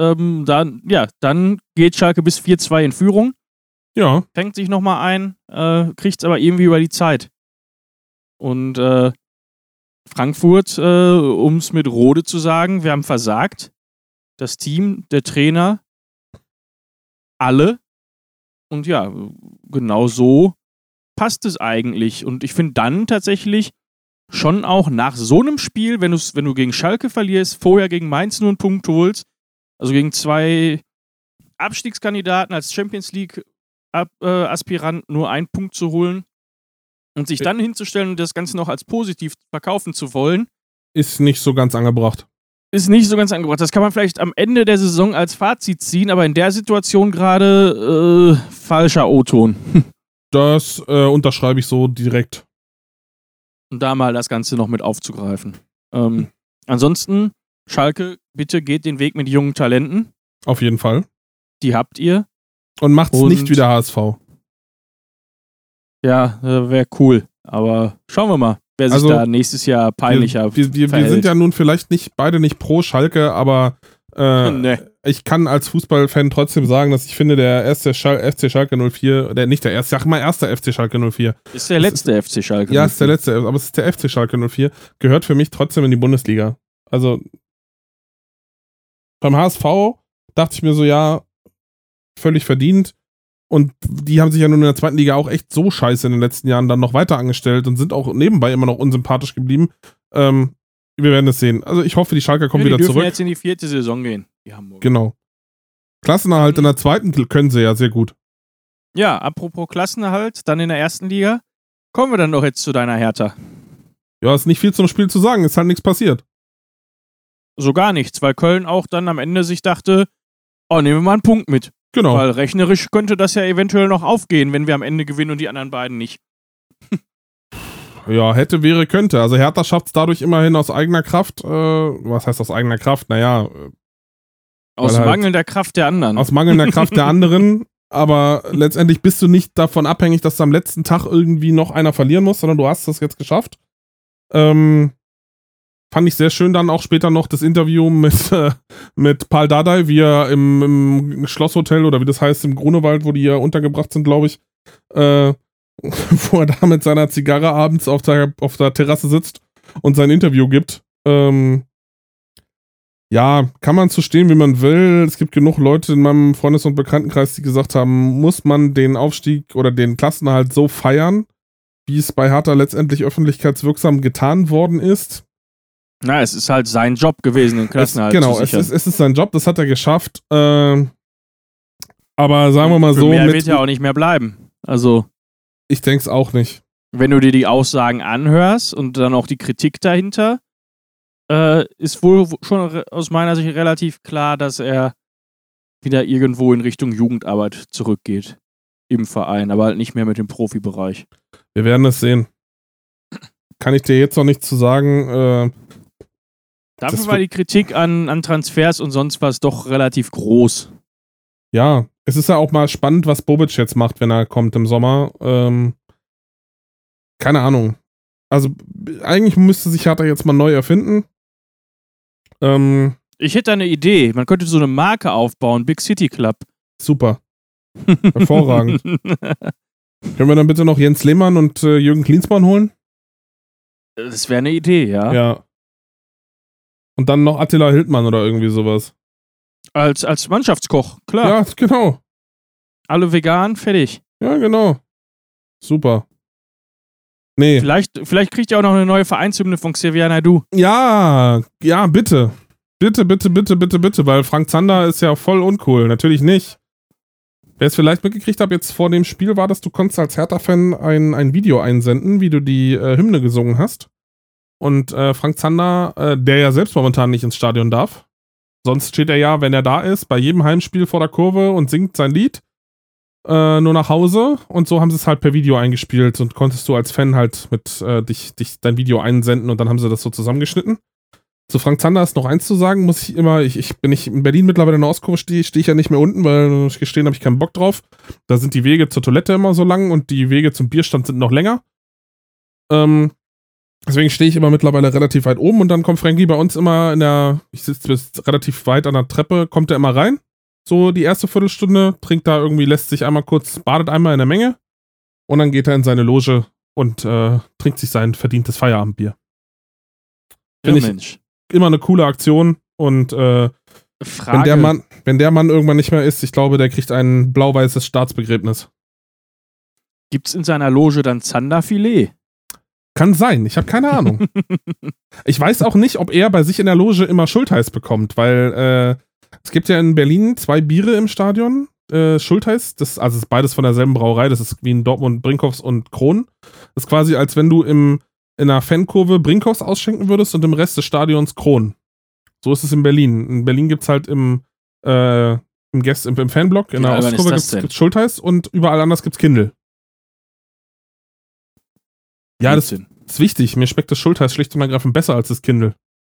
dann geht Schalke bis 4-2 in Führung. Ja. Fängt sich nochmal ein, kriegt es aber irgendwie über die Zeit. Und Frankfurt, um es mit Rode zu sagen, wir haben versagt. Das Team, der Trainer, alle Und ja, genau so passt es eigentlich. Und ich finde dann tatsächlich schon auch nach so einem Spiel, wenn du gegen Schalke verlierst, vorher gegen Mainz nur einen Punkt holst, also gegen 2 Abstiegskandidaten als Champions League Aspirant nur einen Punkt zu holen und sich dann hinzustellen und das Ganze noch als positiv verkaufen zu wollen, ist nicht so ganz angebracht. Ist nicht so ganz angebracht. Das kann man vielleicht am Ende der Saison als Fazit ziehen, aber in der Situation gerade falscher O-Ton. Das unterschreibe ich so direkt. Und da mal das Ganze noch mit aufzugreifen. Ansonsten, Schalke, bitte geht den Weg mit jungen Talenten. Auf jeden Fall. Die habt ihr. Und macht's nicht wie der HSV. Ja, wäre cool. Aber schauen wir mal, wer sich da nächstes Jahr peinlicher wir sind ja nun vielleicht beide nicht pro Schalke, aber nee. Ich kann als Fußballfan trotzdem sagen, dass ich finde, der erste FC Schalke 04, nicht der erste, sag mal erster FC Schalke 04. Ist der letzte FC Schalke 04. Ja, ist der letzte, aber es ist der FC Schalke 04, gehört für mich trotzdem in die Bundesliga. Also beim HSV dachte ich mir so, ja, völlig verdient. Und die haben sich ja nun in der zweiten Liga auch echt so scheiße in den letzten Jahren dann noch weiter angestellt und sind auch nebenbei immer noch unsympathisch geblieben. Wir werden es sehen. Also ich hoffe, die Schalker kommen wieder zurück. Die dürfen jetzt in die 4. Saison gehen, die Hamburger. Genau. Klassenerhalt in der zweiten können sie ja sehr gut. Ja, apropos Klassenerhalt, dann in der ersten Liga. Kommen wir dann doch jetzt zu deiner Hertha. Ja, ist nicht viel zum Spiel zu sagen, ist halt nichts passiert. So gar nichts, weil Köln auch dann am Ende sich dachte, oh, nehmen wir mal einen Punkt mit. Genau. Weil rechnerisch könnte das ja eventuell noch aufgehen, wenn wir am Ende gewinnen und die anderen beiden nicht. Ja, hätte, wäre, könnte. Also Hertha schafft es dadurch immerhin aus eigener Kraft. Was heißt aus eigener Kraft? Naja. Aus mangelnder Kraft der anderen. Aus mangelnder Kraft der anderen. Aber letztendlich bist du nicht davon abhängig, dass du am letzten Tag irgendwie noch einer verlieren musst, sondern du hast das jetzt geschafft. Fand ich sehr schön dann auch später noch das Interview mit Paul Dardai, wie er im Schlosshotel oder wie das heißt, im Grunewald, wo die ja untergebracht sind, glaube ich, wo er da mit seiner Zigarre abends auf der Terrasse sitzt und sein Interview gibt. Ja, kann man so stehen, wie man will. Es gibt genug Leute in meinem Freundes- und Bekanntenkreis, die gesagt haben, muss man den Aufstieg oder den Klassenerhalt so feiern, wie es bei Hertha letztendlich öffentlichkeitswirksam getan worden ist. Na, es ist halt sein Job gewesen, den Klassenerhalt zu sichern. Es ist sein Job, das hat er geschafft. Aber sagen wir mal so. Mehr wird ja auch nicht mehr bleiben. Also. Ich denke es auch nicht. Wenn du dir die Aussagen anhörst und dann auch die Kritik dahinter, ist wohl schon aus meiner Sicht relativ klar, dass er wieder irgendwo in Richtung Jugendarbeit zurückgeht. Im Verein, aber halt nicht mehr mit dem Profibereich. Wir werden es sehen. Kann ich dir jetzt noch nichts zu sagen. Dafür war die Kritik an Transfers und sonst was doch relativ groß. Ja, es ist ja auch mal spannend, was Bobic jetzt macht, wenn er kommt im Sommer. Keine Ahnung. Also eigentlich müsste sich Hertha jetzt mal neu erfinden. Ich hätte eine Idee. Man könnte so eine Marke aufbauen. Big City Club. Super. Hervorragend. Können wir dann bitte noch Jens Lehmann und Jürgen Klinsmann holen? Das wäre eine Idee, ja. Ja. Und dann noch Attila Hildmann oder irgendwie sowas. Als Mannschaftskoch, klar. Ja, genau. Alle vegan, fertig. Ja, genau. Super. Nee. Vielleicht kriegt ihr auch noch eine neue Vereinshymne von Xavier Naidoo. Ja, bitte. Bitte, weil Frank Zander ist ja voll uncool. Natürlich nicht. Wer es vielleicht mitgekriegt hat, jetzt vor dem Spiel war, dass du konntest als Hertha-Fan ein Video einsenden, wie du die Hymne gesungen hast. Und Frank Zander, der ja selbst momentan nicht ins Stadion darf, sonst steht er ja, wenn er da ist, bei jedem Heimspiel vor der Kurve und singt sein Lied, nur nach Hause. Und so haben sie es halt per Video eingespielt und konntest du als Fan halt mit dein Video einsenden und dann haben sie das so zusammengeschnitten. Zu Frank Zander ist noch eins zu sagen, muss ich immer, bin ich in Berlin mittlerweile in der Ostkurve, stehe ich ja nicht mehr unten, weil ich gestehen, habe ich keinen Bock drauf. Da sind die Wege zur Toilette immer so lang und die Wege zum Bierstand sind noch länger. Deswegen stehe ich immer mittlerweile relativ weit oben und dann kommt Frankie bei uns immer ich sitze relativ weit an der Treppe, kommt er immer rein, so die erste Viertelstunde, trinkt da irgendwie, badet einmal in der Menge und dann geht er in seine Loge und trinkt sich sein verdientes Feierabendbier. Finde ich immer eine coole Aktion und Frage. Wenn der Mann irgendwann nicht mehr ist, ich glaube, der kriegt ein blau-weißes Staatsbegräbnis. Gibt's in seiner Loge dann Zanderfilet? Kann sein, ich habe keine Ahnung. Ich weiß auch nicht, ob er bei sich in der Loge immer Schultheiß bekommt, weil es gibt ja in Berlin 2 Biere im Stadion. Schultheiß, das ist beides von derselben Brauerei, das ist wie in Dortmund Brinkhoffs und Kron. Das ist quasi, als wenn du in einer Fankurve Brinkhoffs ausschenken würdest und im Rest des Stadions Kron. So ist es in Berlin. In Berlin gibt es halt im Fanblock, in der Ostkurve gibt's Schultheiß und überall anders gibt's Kindl. Ja, das ist wichtig. Mir schmeckt das Schultheiß schlicht und ergreifend besser als das Kindl.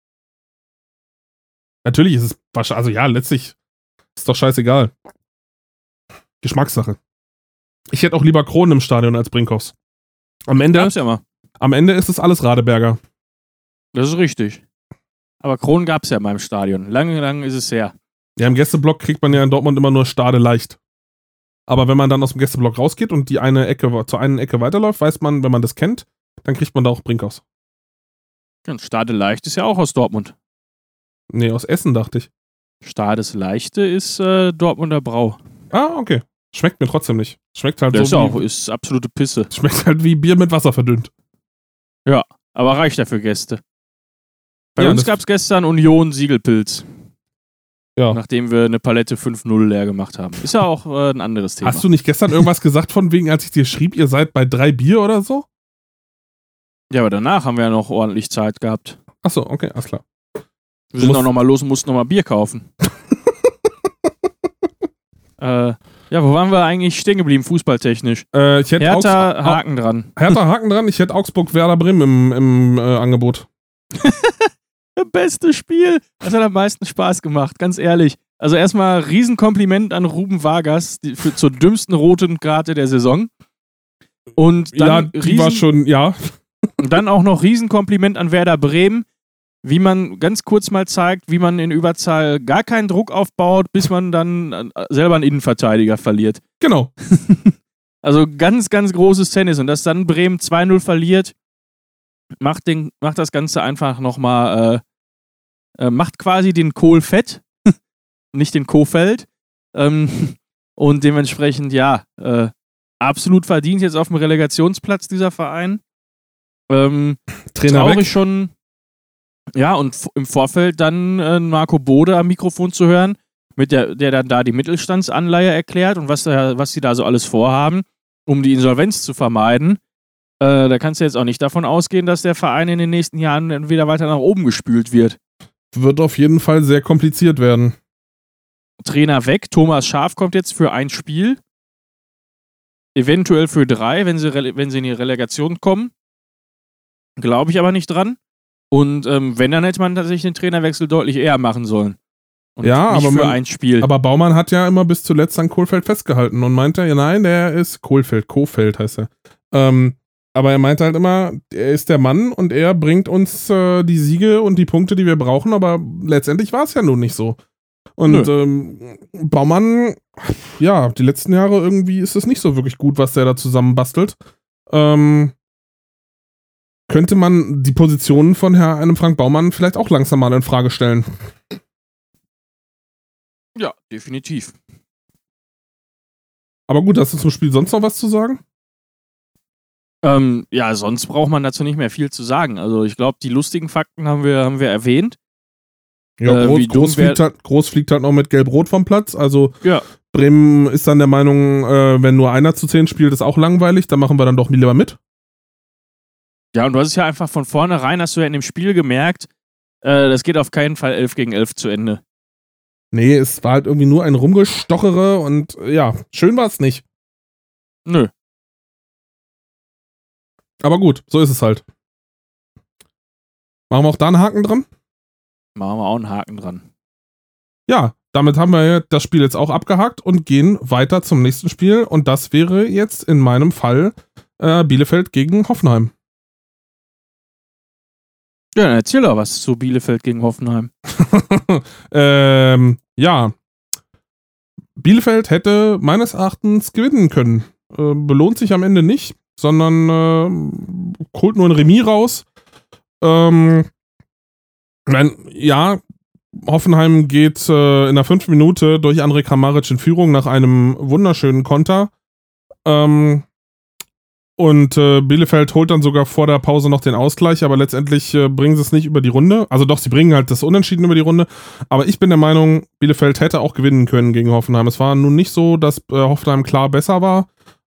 Natürlich ist es wahrscheinlich, also ja, letztlich ist doch scheißegal. Geschmackssache. Ich hätte auch lieber Kronen im Stadion als Brinkhoffs. Am Ende ist es alles Radeberger. Das ist richtig. Aber Kronen gab es ja in meinem Stadion. Lange ist es her. Ja, im Gästeblock kriegt man ja in Dortmund immer nur Stade leicht. Aber wenn man dann aus dem Gästeblock rausgeht und zur einen Ecke weiterläuft, weiß man, wenn man das kennt, dann kriegt man da auch Brinkhoffs. Und Stade Leicht ist ja auch aus Dortmund. Nee, aus Essen, dachte ich. Stades Leichte ist Dortmunder Brau. Ah, okay. Schmeckt mir trotzdem nicht. Schmeckt halt das so ist absolute Pisse. Schmeckt halt wie Bier mit Wasser verdünnt. Ja, aber reicht ja für Gäste. Bei uns gab es gestern Union Siegelpilz. Ja. Nachdem wir eine Palette 5-0 leer gemacht haben. Ist ja auch ein anderes Thema. Hast du nicht gestern irgendwas gesagt von wegen, als ich dir schrieb, ihr seid bei 3 Bier oder so? Ja, aber danach haben wir ja noch ordentlich Zeit gehabt. Achso, okay, alles klar. Wir sind auch nochmal los und mussten nochmal Bier kaufen. Ja, wo waren wir eigentlich stehen geblieben, fußballtechnisch? Ich hätte Hertha Haken dran. Hertha Haken dran, ich hätte Augsburg-Werder Bremen im Angebot. Beste Spiel. Das hat am meisten Spaß gemacht, ganz ehrlich. Also erstmal Riesenkompliment an Ruben Vargas zur dümmsten roten Karte der Saison. Und dann die war schon, ja. Und dann auch noch Riesenkompliment an Werder Bremen, wie man ganz kurz mal zeigt, wie man in Überzahl gar keinen Druck aufbaut, bis man dann selber einen Innenverteidiger verliert. Genau. Also ganz, ganz großes Tennis. Und dass dann Bremen 2-0 verliert, macht das Ganze einfach nochmal, macht quasi den Kohl fett, nicht den Kohfeldt. Und dementsprechend, ja, absolut verdient jetzt auf dem Relegationsplatz dieser Verein. Trainer traurig weg. Schon. Ja, und im Vorfeld dann Marco Bode am Mikrofon zu hören, der dann da die Mittelstandsanleihe erklärt und was sie da so alles vorhaben, um die Insolvenz zu vermeiden. Da kannst du jetzt auch nicht davon ausgehen, dass der Verein in den nächsten Jahren wieder weiter nach oben gespült wird. Wird auf jeden Fall sehr kompliziert werden. Trainer weg, Thomas Schaaf kommt jetzt für ein Spiel. Eventuell für 3, wenn sie in die Relegation kommen. Glaube ich aber nicht dran. Und wenn, dann hätte man tatsächlich den Trainerwechsel deutlich eher machen sollen. Und ja, nicht aber für ein Spiel. Aber Baumann hat ja immer bis zuletzt an Kohlfeld festgehalten und meinte, ja nein, der ist Kohfeldt heißt er. Aber er meinte halt immer, er ist der Mann und er bringt uns die Siege und die Punkte, die wir brauchen, aber letztendlich war es ja nun nicht so. Und Baumann, ja, die letzten Jahre irgendwie ist es nicht so wirklich gut, was der da zusammenbastelt. Könnte man die Positionen von einem Frank Baumann vielleicht auch langsam mal in Frage stellen. Ja, definitiv. Aber gut, hast du zum Spiel sonst noch was zu sagen? Ja, sonst braucht man dazu nicht mehr viel zu sagen. Also ich glaube, die lustigen Fakten haben wir erwähnt. Ja, Groß fliegt halt noch mit Gelb-Rot vom Platz. Also ja. Bremen ist dann der Meinung, wenn nur einer zu 10 spielt, ist auch langweilig. Dann machen wir dann doch lieber mit. Ja, und du hast es ja einfach von vornherein, hast du ja in dem Spiel gemerkt, das geht auf keinen Fall 11 gegen 11 zu Ende. Nee, es war halt irgendwie nur ein Rumgestochere und ja, schön war es nicht. Nö. Aber gut, so ist es halt. Machen wir auch da einen Haken dran? Machen wir auch einen Haken dran. Ja, damit haben wir das Spiel jetzt auch abgehakt und gehen weiter zum nächsten Spiel. Und das wäre jetzt in meinem Fall Bielefeld gegen Hoffenheim. Ja, dann erzähl doch was zu Bielefeld gegen Hoffenheim. Ja. Bielefeld hätte meines Erachtens gewinnen können. Belohnt sich am Ende nicht, sondern holt nur ein Remis raus. Ja, Hoffenheim geht in der 5. Minute durch Andrej Kramaric in Führung nach einem wunderschönen Konter. Und Bielefeld holt dann sogar vor der Pause noch den Ausgleich, aber letztendlich bringen sie es nicht über die Runde. Also doch, sie bringen halt das Unentschieden über die Runde. Aber ich bin der Meinung, Bielefeld hätte auch gewinnen können gegen Hoffenheim. Es war nun nicht so, dass Hoffenheim klar besser war.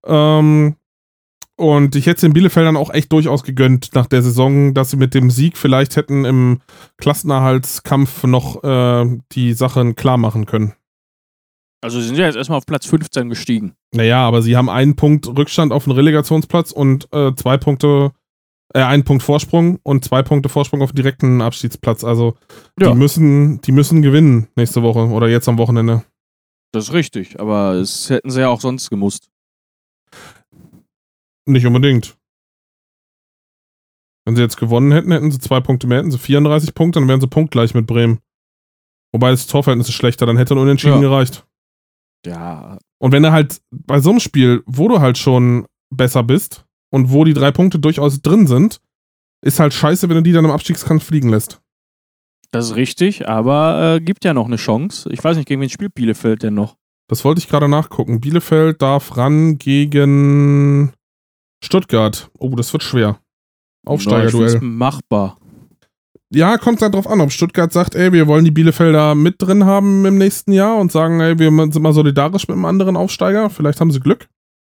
Und ich hätte es den Bielefeldern auch echt durchaus gegönnt nach der Saison, dass sie mit dem Sieg vielleicht hätten im Klassenerhaltskampf noch die Sachen klar machen können. Also sie sind ja jetzt erstmal auf Platz 15 gestiegen. Naja, aber sie haben einen Punkt Rückstand auf den Relegationsplatz und 1 Punkt Vorsprung und 2 Punkte Vorsprung auf den direkten Abstiegsplatz. Also die müssen gewinnen nächste Woche oder jetzt am Wochenende. Das ist richtig, aber es hätten sie ja auch sonst gemusst. Nicht unbedingt. Wenn sie jetzt gewonnen hätten, hätten sie 2 Punkte mehr, hätten sie 34 Punkte, dann wären sie punktgleich mit Bremen. Wobei das Torverhältnis ist schlechter, dann hätte ein Unentschieden gereicht. Ja. Und wenn du halt bei so einem Spiel, wo du halt schon besser bist und wo die 3 Punkte durchaus drin sind, ist halt scheiße, wenn du die dann im Abstiegskampf fliegen lässt. Das ist richtig, aber gibt ja noch eine Chance. Ich weiß nicht, gegen wen spielt Bielefeld denn noch? Das wollte ich gerade nachgucken. Bielefeld darf ran gegen Stuttgart. Oh, das wird schwer. Aufsteigerduell. Das ist machbar. Ja, kommt dann drauf an, ob Stuttgart sagt, ey, wir wollen die Bielefelder mit drin haben im nächsten Jahr und sagen, ey, wir sind mal solidarisch mit einem anderen Aufsteiger. Vielleicht haben sie Glück.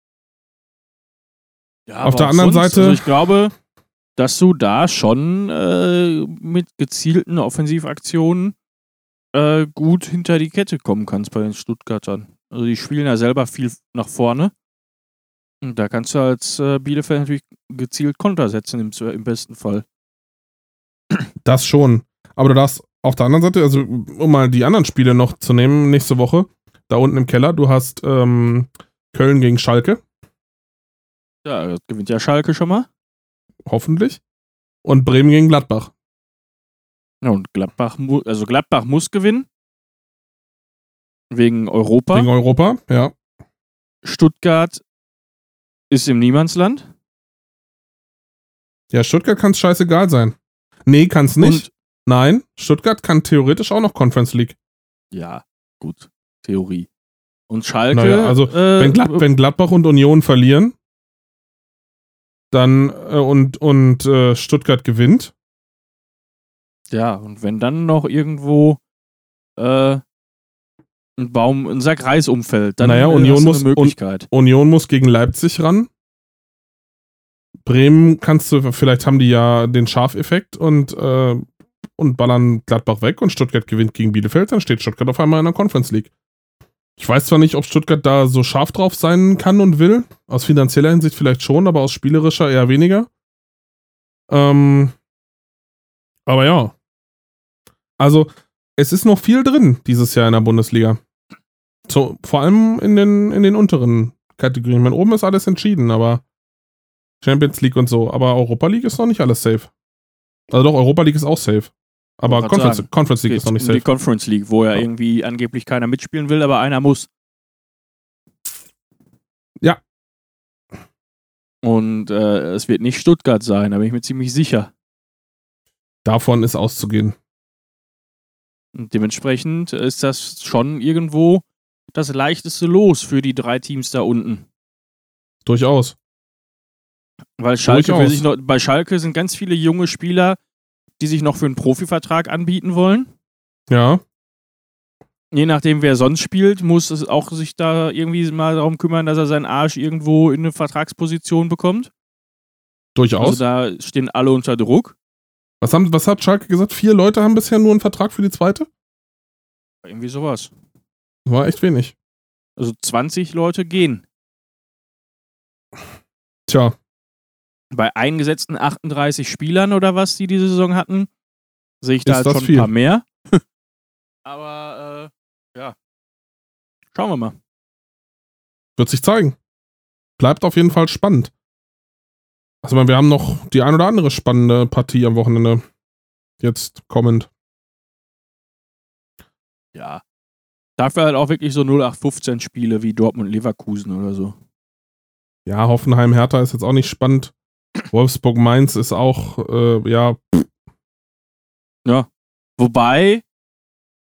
Ja, auf der anderen Seite. Also ich glaube, dass du da schon mit gezielten Offensivaktionen gut hinter die Kette kommen kannst bei den Stuttgartern. Also die spielen ja selber viel nach vorne. Und da kannst du als Bielefeld natürlich gezielt Konter setzen im besten Fall. Das schon. Aber du darfst auf der anderen Seite, also um mal die anderen Spiele noch zu nehmen, nächste Woche, da unten im Keller, du hast Köln gegen Schalke. Ja, das gewinnt ja Schalke schon mal. Hoffentlich. Und Bremen gegen Gladbach. Ja, und Gladbach muss gewinnen. Wegen Europa. Wegen Europa, ja. Stuttgart ist im Niemandsland. Ja, Stuttgart kann es scheißegal sein. Nee, kann es nicht. Und nein, Stuttgart kann theoretisch auch noch Conference League. Ja, gut. Theorie. Und Schalke. Naja, also wenn Gladbach und Union verlieren, dann und Stuttgart gewinnt. Ja, und wenn dann noch irgendwo ein Sack Reis umfällt, dann Union hast du eine Möglichkeit. Union muss gegen Leipzig ran. Bremen vielleicht haben die ja den Schafeffekt und ballern Gladbach weg und Stuttgart gewinnt gegen Bielefeld, dann steht Stuttgart auf einmal in der Conference League. Ich weiß zwar nicht, ob Stuttgart da so scharf drauf sein kann und will, aus finanzieller Hinsicht vielleicht schon, aber aus spielerischer eher weniger. Aber ja. Also, es ist noch viel drin dieses Jahr in der Bundesliga. So, vor allem in den unteren Kategorien. Ich meine, oben ist alles entschieden, aber Champions League und so. Aber Europa League ist noch nicht alles safe. Also doch, Europa League ist auch safe. Aber Conference League ist noch nicht safe. Die Conference League, wo ja irgendwie angeblich keiner mitspielen will, aber einer muss. Ja. Und es wird nicht Stuttgart sein, da bin ich mir ziemlich sicher. Davon ist auszugehen. Und dementsprechend ist das schon irgendwo das leichteste Los für die 3 Teams da unten. Durchaus. Weil bei Schalke sind ganz viele junge Spieler, die sich noch für einen Profivertrag anbieten wollen. Ja. Je nachdem, wer sonst spielt, muss es auch sich da irgendwie mal darum kümmern, dass er seinen Arsch irgendwo in eine Vertragsposition bekommt. Durchaus. Also da stehen alle unter Druck. Was hat Schalke gesagt? 4 Leute haben bisher nur einen Vertrag für die zweite? Irgendwie sowas. Das war echt wenig. Also 20 Leute gehen. Tja. Bei eingesetzten 38 Spielern oder was, die diese Saison hatten, sehe ich da halt schon ein paar mehr. Aber, ja. Schauen wir mal. Wird sich zeigen. Bleibt auf jeden Fall spannend. Also, wir haben noch die ein oder andere spannende Partie am Wochenende. Jetzt kommend. Ja. Dafür halt auch wirklich so 0815 Spiele wie Dortmund-Leverkusen oder so. Ja, Hoffenheim-Hertha ist jetzt auch nicht spannend. Wolfsburg-Mainz ist auch, ja. Ja. Wobei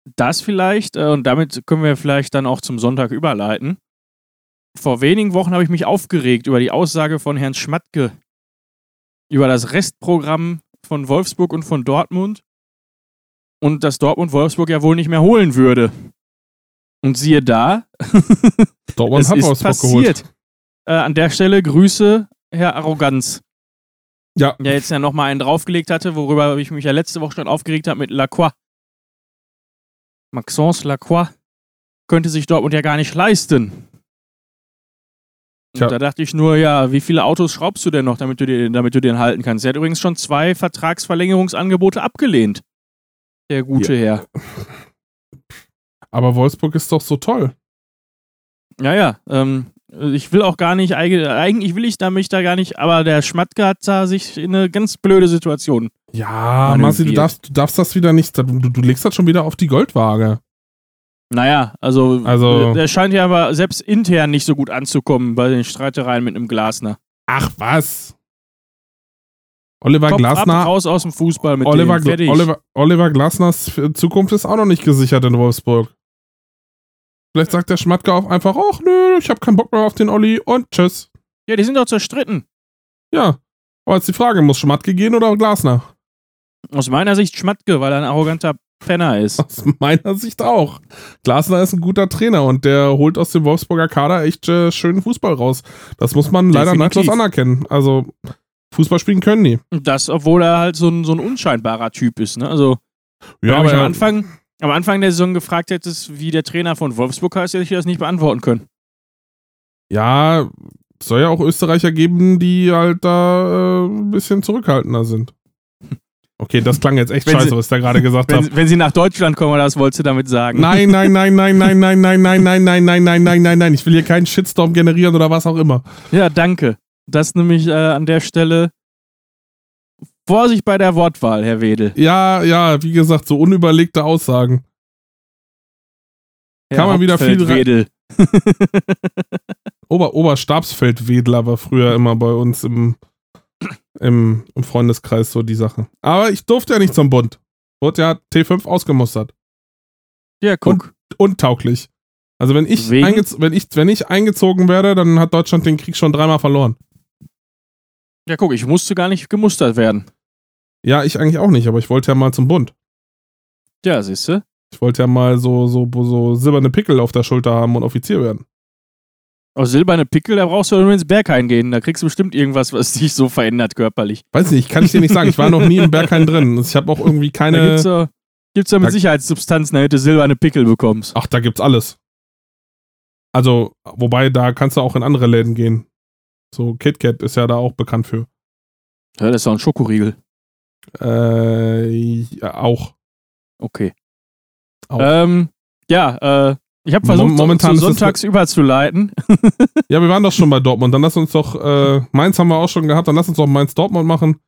Das vielleicht, und damit können wir vielleicht dann auch zum Sonntag überleiten. Vor wenigen Wochen habe ich mich aufgeregt über die Aussage von Herrn Schmatke über das Restprogramm von Wolfsburg und von Dortmund und dass Dortmund Wolfsburg ja wohl nicht mehr holen würde. Und siehe da, Dortmund es hat ist Wolfsburg passiert. geholt. An der Stelle Grüße, Herr Arroganz. Ja. Der jetzt ja nochmal einen draufgelegt hatte, worüber ich mich ja letzte Woche schon aufgeregt habe mit Lacroix. Maxence Lacroix könnte sich Dortmund ja gar nicht leisten. Und da dachte ich nur, ja, wie viele Autos schraubst du denn noch, damit du den halten kannst? Er hat übrigens schon 2 Vertragsverlängerungsangebote abgelehnt. Der gute Herr. Aber Wolfsburg ist doch so toll. Ja, ich will auch gar nicht, eigentlich will ich mich da gar nicht, aber der Schmatke hat da sich in eine ganz blöde Situation. Ja, Marci, du darfst das wieder nicht, du legst das schon wieder auf die Goldwaage. Naja, also der scheint ja aber selbst intern nicht so gut anzukommen bei den Streitereien mit einem Glasner. Ach was? Oliver Kopf Glasner. Ab, raus aus dem Fußball mit Oliver Glasners Zukunft ist auch noch nicht gesichert in Wolfsburg. Vielleicht sagt der Schmatke auch einfach, ach nö, ich hab keinen Bock mehr auf den Olli und tschüss. Ja, die sind doch zerstritten. Ja, aber jetzt die Frage, muss Schmatke gehen oder Glasner? Aus meiner Sicht Schmatke, weil er ein arroganter Penner ist. Aus meiner Sicht auch. Glasner ist ein guter Trainer und der holt aus dem Wolfsburger Kader echt schönen Fußball raus. Das muss man leider neidlos anerkennen. Also, Fußball spielen können die. Das, obwohl er halt so ein unscheinbarer Typ ist, ne? Also, ja, aber am Anfang der Saison gefragt hättest, wie der Trainer von Wolfsburg heißt, hätte ich das nicht beantworten können. Ja, es soll ja auch Österreicher geben, die halt da ein bisschen zurückhaltender sind. Okay, das klang jetzt echt scheiße, was ich da gerade gesagt habe. Wenn sie nach Deutschland kommen, oder was wolltest du damit sagen? Nein. Ich will hier keinen Shitstorm generieren oder was auch immer. Ja, danke. Das nämlich an der Stelle. Vorsicht bei der Wortwahl, Herr Wedel. Ja, wie gesagt, so unüberlegte Aussagen. Kann man wieder viel Wedel. Oberstabsfeldwedler war früher immer bei uns im Freundeskreis so die Sache. Aber ich durfte ja nicht zum Bund. Wurde ja T5 ausgemustert. Ja, guck. Untauglich. Also wenn ich eingezogen werde, dann hat Deutschland den Krieg schon 3-mal verloren. Ja, guck, ich musste gar nicht gemustert werden. Ja, ich eigentlich auch nicht, aber ich wollte ja mal zum Bund. Ja, siehste. Ich wollte ja mal so silberne Pickel auf der Schulter haben und Offizier werden. Aus silberne Pickel, da brauchst du nur ins Berghain gehen. Da kriegst du bestimmt irgendwas, was dich so verändert körperlich. Weiß nicht, kann ich dir nicht sagen. Ich war noch nie im Berghain drin. Ich habe auch irgendwie keine... Da gibt's ja mit Sicherheitssubstanzen, damit du silberne Pickel bekommst. Ach, da gibt's alles. Also, wobei, da kannst du auch in andere Läden gehen. So, KitKat ist ja da auch bekannt für. Ja, das ist doch ein Schokoriegel. Ja, auch. Okay. Auch. Ich habe versucht, momentan sonntags überzuleiten. Ja, wir waren doch schon bei Dortmund. Dann lass uns doch, Mainz haben wir auch schon gehabt, dann lass uns doch Mainz-Dortmund machen.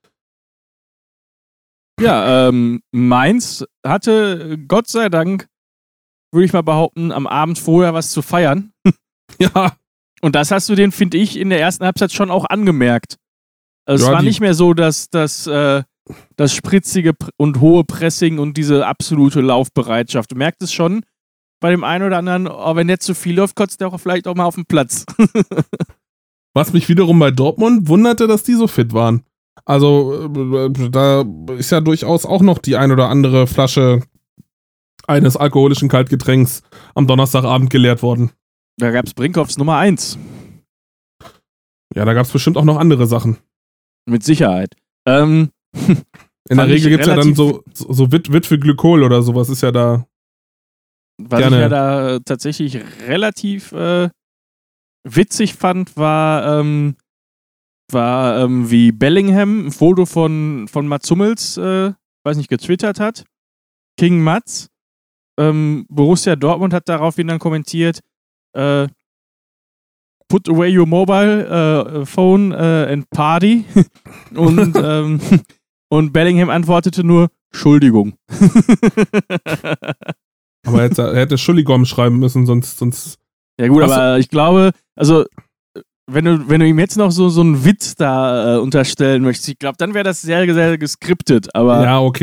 Ja, Mainz hatte, Gott sei Dank, würde ich mal behaupten, am Abend vorher was zu feiern. Ja. Und das hast du den, finde ich, in der ersten Halbzeit schon auch angemerkt. Also es war nicht mehr so, dass das spritzige und hohe Pressing und diese absolute Laufbereitschaft. Du merkst es schon bei dem einen oder anderen, wenn der zu viel läuft, kotzt der auch vielleicht auch mal auf den Platz. Was mich wiederum bei Dortmund wunderte, dass die so fit waren. Also da ist ja durchaus auch noch die ein oder andere Flasche eines alkoholischen Kaltgetränks am Donnerstagabend geleert worden. Da gab es Brinkhoffs Nummer 1. Ja, da gab es bestimmt auch noch andere Sachen. Mit Sicherheit. In der Regel gibt es ja dann so Witwe-Glykol oder sowas, ist ja da. Was ich ja da tatsächlich relativ witzig fand, war wie Bellingham ein Foto von Mats Hummels, weiß nicht, getwittert hat. King Mats. Borussia Dortmund hat daraufhin dann kommentiert, put away your mobile phone and party. Und Bellingham antwortete nur, Entschuldigung. Aber er hätte Entschuldigung schreiben müssen, sonst. Ja gut, aber ich glaube, also wenn du ihm jetzt noch so einen Witz da unterstellen möchtest, ich glaube, dann wäre das sehr, sehr geskriptet. Aber ja, okay.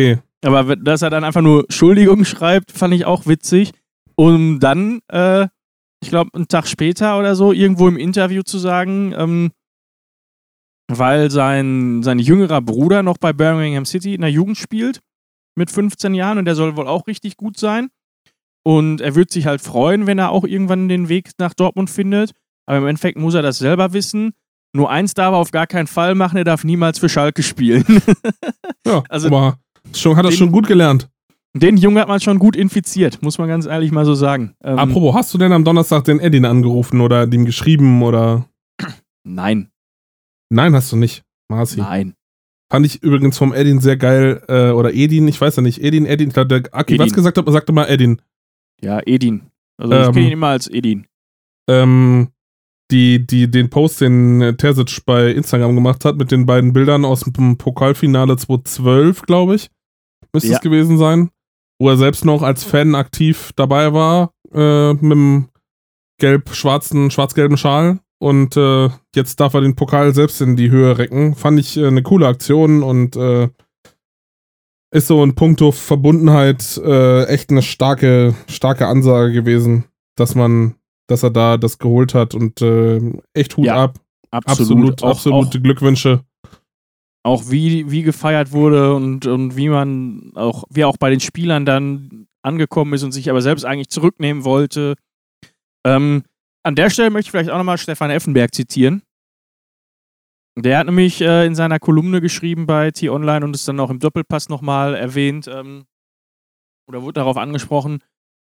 Aber dass er dann einfach nur Entschuldigung schreibt, fand ich auch witzig. Um dann, ich glaube, einen Tag später oder so, irgendwo im Interview zu sagen, weil sein jüngerer Bruder noch bei Birmingham City in der Jugend spielt, mit 15 Jahren, und der soll wohl auch richtig gut sein. Und er würde sich halt freuen, wenn er auch irgendwann den Weg nach Dortmund findet. Aber im Endeffekt muss er das selber wissen. Nur eins darf er auf gar keinen Fall machen, er darf niemals für Schalke spielen. Ja, also aber hat er schon gut gelernt. Den Jungen hat man schon gut infiziert, muss man ganz ehrlich mal so sagen. Apropos, hast du denn am Donnerstag den Edin angerufen oder dem geschrieben oder? Nein. Nein, hast du nicht, Marci. Nein. Fand ich übrigens vom Edin sehr geil, oder Edin, ich weiß ja nicht, Edin, ich glaube, der Aki was gesagt hat, sagte mal Edin. Ja, Edin. Also ich kenne ihn immer als Edin. Den Post, den Terzic bei Instagram gemacht hat, mit den beiden Bildern aus dem Pokalfinale 2012, glaube ich, müsste es gewesen sein, wo er selbst noch als Fan aktiv dabei war, mit dem schwarz-gelben Schal. Und jetzt darf er den Pokal selbst in die Höhe recken. Fand ich eine coole Aktion und ist so in puncto Verbundenheit echt eine starke Ansage gewesen, dass er da das geholt hat und echt Hut ab. Absolute Glückwünsche. Auch wie gefeiert wurde und wie er auch bei den Spielern dann angekommen ist und sich aber selbst eigentlich zurücknehmen wollte. An der Stelle möchte ich vielleicht auch nochmal Stefan Effenberg zitieren. Der hat nämlich in seiner Kolumne geschrieben bei T-Online und es dann auch im Doppelpass nochmal erwähnt, oder wurde darauf angesprochen,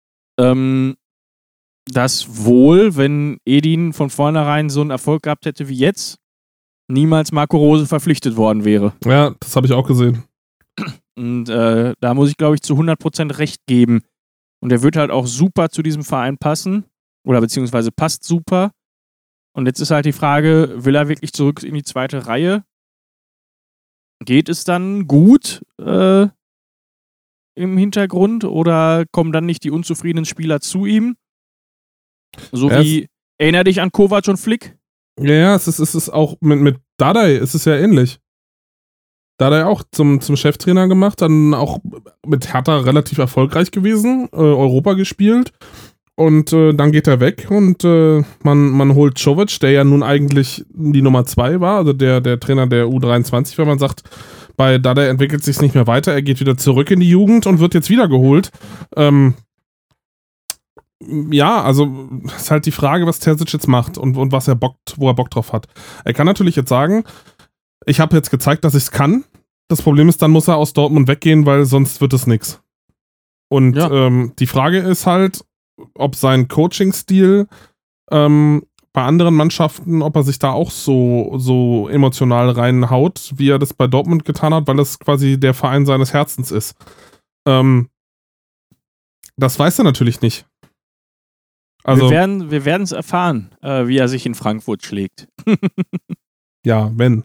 dass wohl, wenn Edin von vornherein so einen Erfolg gehabt hätte wie jetzt, niemals Marco Rose verpflichtet worden wäre. Ja, das habe ich auch gesehen. Und da muss ich, glaube ich, zu 100% recht geben. Und er wird halt auch super zu diesem Verein passen. Oder beziehungsweise passt super. Und jetzt ist halt die Frage, will er wirklich zurück in die zweite Reihe? Geht es dann gut im Hintergrund? Oder kommen dann nicht die unzufriedenen Spieler zu ihm? So wie, erinner dich an Kovac und Flick? Ja, es ist auch mit Dardai ist es ja ähnlich. Dardai auch zum Cheftrainer gemacht, dann auch mit Hertha relativ erfolgreich gewesen, Europa gespielt. Und dann geht er weg und man holt Čović, der ja nun eigentlich die Nummer 2 war, also der Trainer der U23, wenn man sagt, bei Dardai entwickelt sich nicht mehr weiter, er geht wieder zurück in die Jugend und wird jetzt wieder geholt. Ja, also ist halt die Frage, was Terzic jetzt macht und wo er Bock drauf hat. Er kann natürlich jetzt sagen, ich habe jetzt gezeigt, dass ich es kann. Das Problem ist, dann muss er aus Dortmund weggehen, weil sonst wird es nichts. Und die Frage ist halt, ob sein Coaching-Stil bei anderen Mannschaften, ob er sich da auch so emotional reinhaut, wie er das bei Dortmund getan hat, weil das quasi der Verein seines Herzens ist. Das weiß er natürlich nicht. Also, wir werden es erfahren, wie er sich in Frankfurt schlägt. Ja, wenn.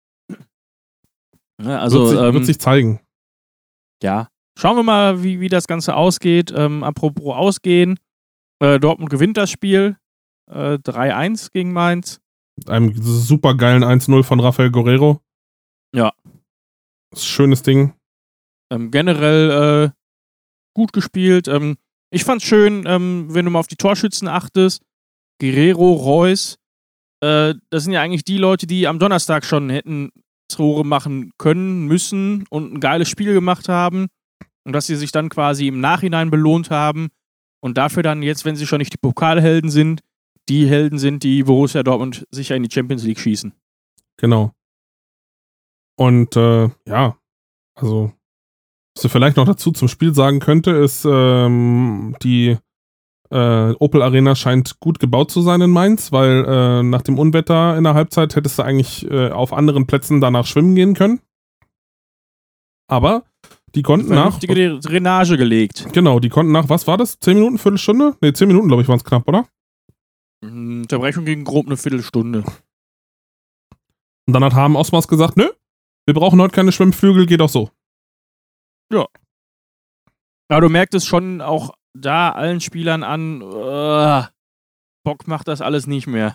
Ja, also, wird sich zeigen. Ja. Schauen wir mal, wie das Ganze ausgeht. Apropos ausgehen. Dortmund gewinnt das Spiel. 3-1 gegen Mainz. Einem super geilen 1-0 von Rafael Guerrero. Ja. Das ist ein schönes Ding. Generell gut gespielt. Ich fand's schön, wenn du mal auf die Torschützen achtest. Guerrero, Reus. Das sind ja eigentlich die Leute, die am Donnerstag schon hätten Tore machen können, müssen und ein geiles Spiel gemacht haben. Und dass sie sich dann quasi im Nachhinein belohnt haben und dafür dann jetzt, wenn sie schon nicht die Pokalhelden sind, die Helden sind, die Borussia Dortmund sicher in die Champions League schießen. Genau. Und ja, also was ich vielleicht noch dazu zum Spiel sagen könnte, ist, die Opel Arena scheint gut gebaut zu sein in Mainz, weil nach dem Unwetter in der Halbzeit hättest du eigentlich auf anderen Plätzen danach schwimmen gehen können. Aber die konnten vernünftige Drainage gelegt. Genau, die konnten nach, was war das? 10 Minuten, Viertelstunde? Ne, 10 Minuten, glaube ich, waren es knapp, oder? Unterbrechung ging grob eine Viertelstunde. Und dann hat Harm Osmars gesagt, nö, wir brauchen heute keine Schwimmflügel, geht auch so. Ja. Aber du merkst es schon auch da allen Spielern an, Bock macht das alles nicht mehr.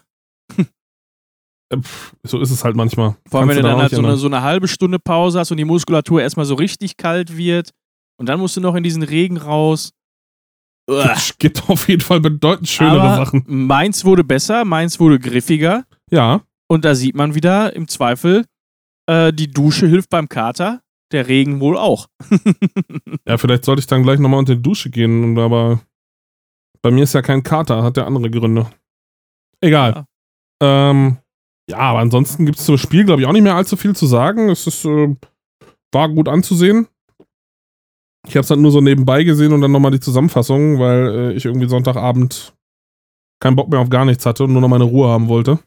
So ist es halt manchmal. Vor allem, wenn du dann halt so eine halbe Stunde Pause hast und die Muskulatur erstmal so richtig kalt wird Und dann musst du noch in diesen Regen raus. Es gibt auf jeden Fall bedeutend schönere Sachen. Mainz wurde besser, Mainz wurde griffiger. Ja. Und da sieht man wieder im Zweifel, die Dusche hilft beim Kater, der Regen wohl auch. Ja, vielleicht sollte ich dann gleich nochmal unter die Dusche gehen, aber bei mir ist ja kein Kater, hat ja andere Gründe. Egal. Ja, aber ansonsten gibt es zum Spiel, glaube ich, auch nicht mehr allzu viel zu sagen. Es ist, war gut anzusehen. Ich habe es halt nur so nebenbei gesehen und dann nochmal die Zusammenfassung, weil ich irgendwie Sonntagabend keinen Bock mehr auf gar nichts hatte und nur noch meine Ruhe haben wollte.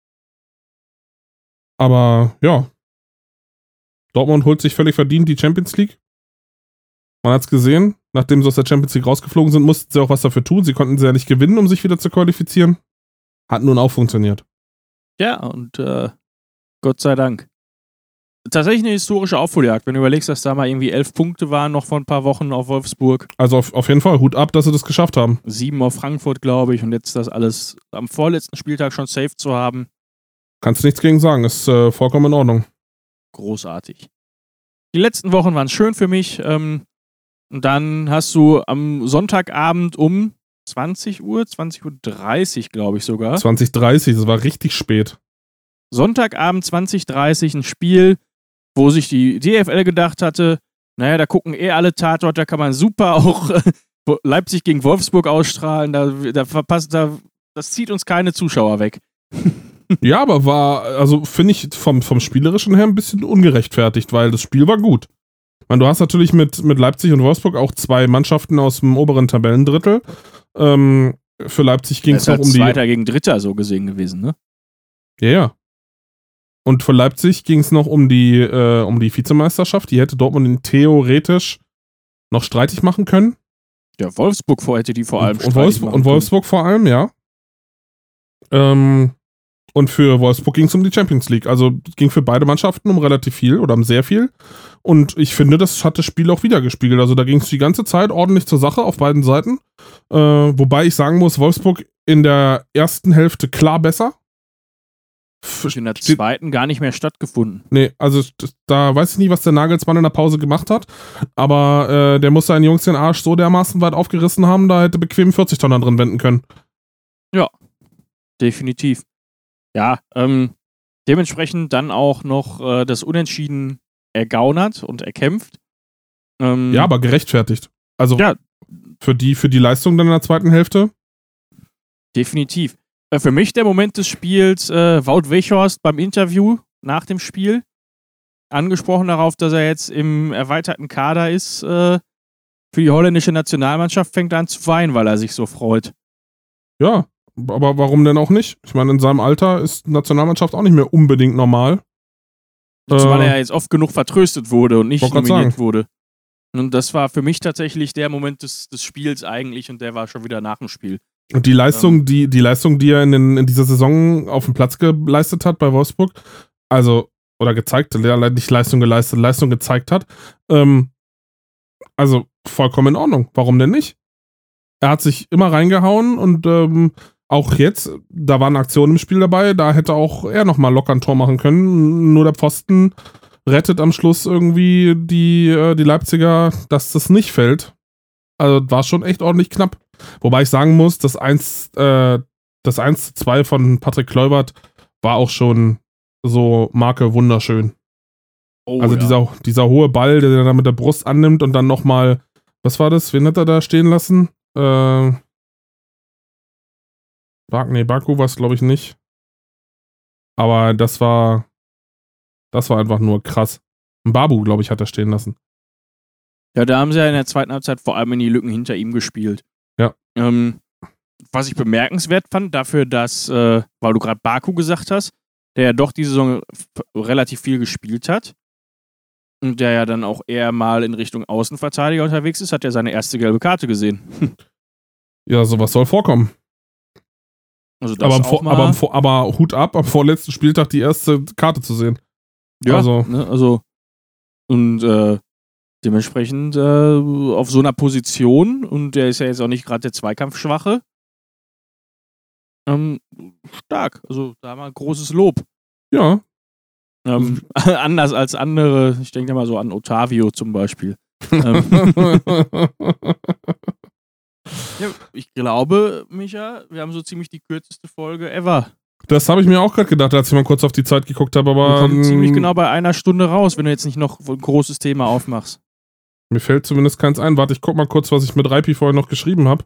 Aber ja, Dortmund holt sich völlig verdient die Champions League. Man hat es gesehen, nachdem sie aus der Champions League rausgeflogen sind, mussten sie auch was dafür tun. Sie konnten sie ja nicht gewinnen, um sich wieder zu qualifizieren. Hat nun auch funktioniert. Ja, und Gott sei Dank. Tatsächlich eine historische Aufholjagd, wenn du überlegst, dass da mal irgendwie 11 Punkte waren, noch vor ein paar Wochen auf Wolfsburg. Also auf jeden Fall, Hut ab, dass sie das geschafft haben. 7 auf Frankfurt, glaube ich, und jetzt das alles am vorletzten Spieltag schon safe zu haben. Kannst nichts gegen sagen, ist vollkommen in Ordnung. Großartig. Die letzten Wochen waren schön für mich. Und dann hast du am Sonntagabend um 20 Uhr, 20:30 Uhr, glaube ich sogar. 20:30, das war richtig spät. Sonntagabend 20:30 ein Spiel, wo sich die DFL gedacht hatte, naja, da gucken alle Tatort, da kann man super auch Leipzig gegen Wolfsburg ausstrahlen, das zieht uns keine Zuschauer weg. Ja, aber war, also finde ich vom Spielerischen her ein bisschen ungerechtfertigt, weil das Spiel war gut. Ich meine, du hast natürlich mit Leipzig und Wolfsburg auch zwei Mannschaften aus dem oberen Tabellendrittel. Für Leipzig ging es noch um die... Zweiter gegen Dritter so gesehen gewesen, ne? Ja. Und für Leipzig ging es noch um die Vizemeisterschaft. Die hätte Dortmund theoretisch noch streitig machen können. Ja, Wolfsburg hätte die vor allem streitig machen können. Und Wolfsburg vor allem, ja. Und für Wolfsburg ging es um die Champions League. Also ging für beide Mannschaften um relativ viel oder um sehr viel. Und ich finde, das hat das Spiel auch wieder gespiegelt. Also da ging es die ganze Zeit ordentlich zur Sache auf beiden Seiten. Wobei ich sagen muss, Wolfsburg in der ersten Hälfte klar besser. In der zweiten gar nicht mehr stattgefunden. Nee, also da weiß ich nicht, was der Nagelsmann in der Pause gemacht hat. Aber der muss seinen Jungs den Arsch so dermaßen weit aufgerissen haben, da hätte bequem 40 Tonner drin wenden können. Ja, definitiv. Ja, dementsprechend dann auch noch das Unentschieden ergaunert und erkämpft. Ja, aber gerechtfertigt. Also ja, für die Leistung dann in der zweiten Hälfte? Definitiv. Für mich der Moment des Spiels, Wout Weghorst beim Interview nach dem Spiel, angesprochen darauf, dass er jetzt im erweiterten Kader ist, für die holländische Nationalmannschaft, fängt an zu weinen, weil er sich so freut. Ja, aber warum denn auch nicht? Ich meine, in seinem Alter ist Nationalmannschaft auch nicht mehr unbedingt normal. Zumal er jetzt oft genug vertröstet wurde und nicht nominiert wurde. Und das war für mich tatsächlich der Moment des Spiels eigentlich und der war schon wieder nach dem Spiel. Und die Leistung, die er in dieser Saison auf dem Platz geleistet hat bei Wolfsburg, also, oder gezeigt, nicht Leistung geleistet, Leistung gezeigt hat, also vollkommen in Ordnung. Warum denn nicht? Er hat sich immer reingehauen und auch jetzt, da waren Aktionen im Spiel dabei, da hätte auch er nochmal locker ein Tor machen können. Nur der Pfosten rettet am Schluss irgendwie die Leipziger, dass das nicht fällt. Also war schon echt ordentlich knapp. Wobei ich sagen muss, das 1:2 von Patrick Kluivert war auch schon so Marke wunderschön. Oh, also ja. dieser hohe Ball, der er mit der Brust annimmt und dann nochmal, was war das? Wen hat er da stehen lassen? Baku war es, glaube ich, nicht. Aber das war einfach nur krass. Babu, glaube ich, hat er stehen lassen. Ja, da haben sie ja in der zweiten Halbzeit vor allem in die Lücken hinter ihm gespielt. Ja. Was ich bemerkenswert fand, dafür, dass, weil du gerade Baku gesagt hast, der ja doch diese Saison relativ viel gespielt hat und der ja dann auch eher mal in Richtung Außenverteidiger unterwegs ist, hat er seine erste gelbe Karte gesehen. Ja, sowas soll vorkommen. Also das aber Hut ab, am vorletzten Spieltag die erste Karte zu sehen. Ja, also und dementsprechend auf so einer Position, und der ist ja jetzt auch nicht gerade der Zweikampfschwache, stark. Also da mal großes Lob. Ja. Anders als andere, ich denke mal so an Otavio zum Beispiel. Ja, ich glaube, Micha, wir haben so ziemlich die kürzeste Folge ever. Das habe ich mir auch gerade gedacht, als ich mal kurz auf die Zeit geguckt habe, aber. Wir kommen ziemlich genau bei 1 Stunde raus, wenn du jetzt nicht noch ein großes Thema aufmachst. Mir fällt zumindest keins ein. Warte, ich guck mal kurz, was ich mit Reipi vorher noch geschrieben habe.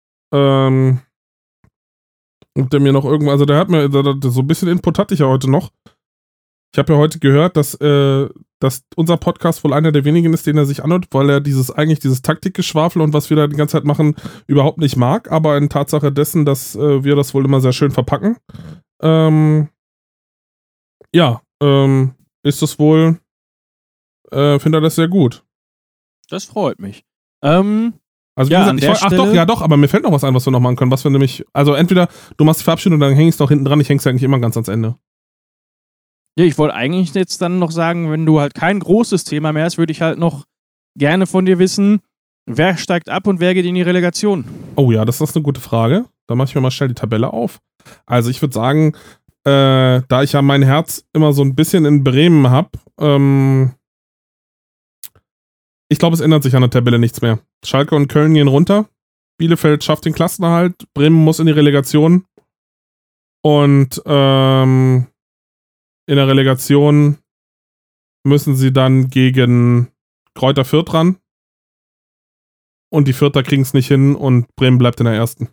Und der mir noch irgendwann, also der hat mir, so ein bisschen Input hatte ich ja heute noch. Ich habe ja heute gehört, dass unser Podcast wohl einer der wenigen ist, den er sich anhört, weil er dieses Taktikgeschwafel und was wir da die ganze Zeit machen, überhaupt nicht mag, aber in Tatsache dessen, dass wir das wohl immer sehr schön verpacken. Ist es wohl, finde er das sehr gut. Das freut mich. Also wie gesagt, aber mir fällt noch was ein, was wir noch machen können, was wir nämlich, also entweder du machst die Verabschiedung und dann häng ich es noch hinten dran, ich häng's ja eigentlich immer ganz ans Ende. Ja, ich wollte eigentlich jetzt dann noch sagen, wenn du halt kein großes Thema mehr hast, würde ich halt noch gerne von dir wissen, wer steigt ab und wer geht in die Relegation? Oh ja, das ist eine gute Frage. Da mache ich mir mal schnell die Tabelle auf. Also ich würde sagen, da ich ja mein Herz immer so ein bisschen in Bremen habe, ich glaube, es ändert sich an der Tabelle nichts mehr. Schalke und Köln gehen runter. Bielefeld schafft den Klassenerhalt. Bremen muss in die Relegation. Und in der Relegation müssen sie dann gegen Greuther Fürth ran. Und die Fürther kriegen es nicht hin und Bremen bleibt in der ersten.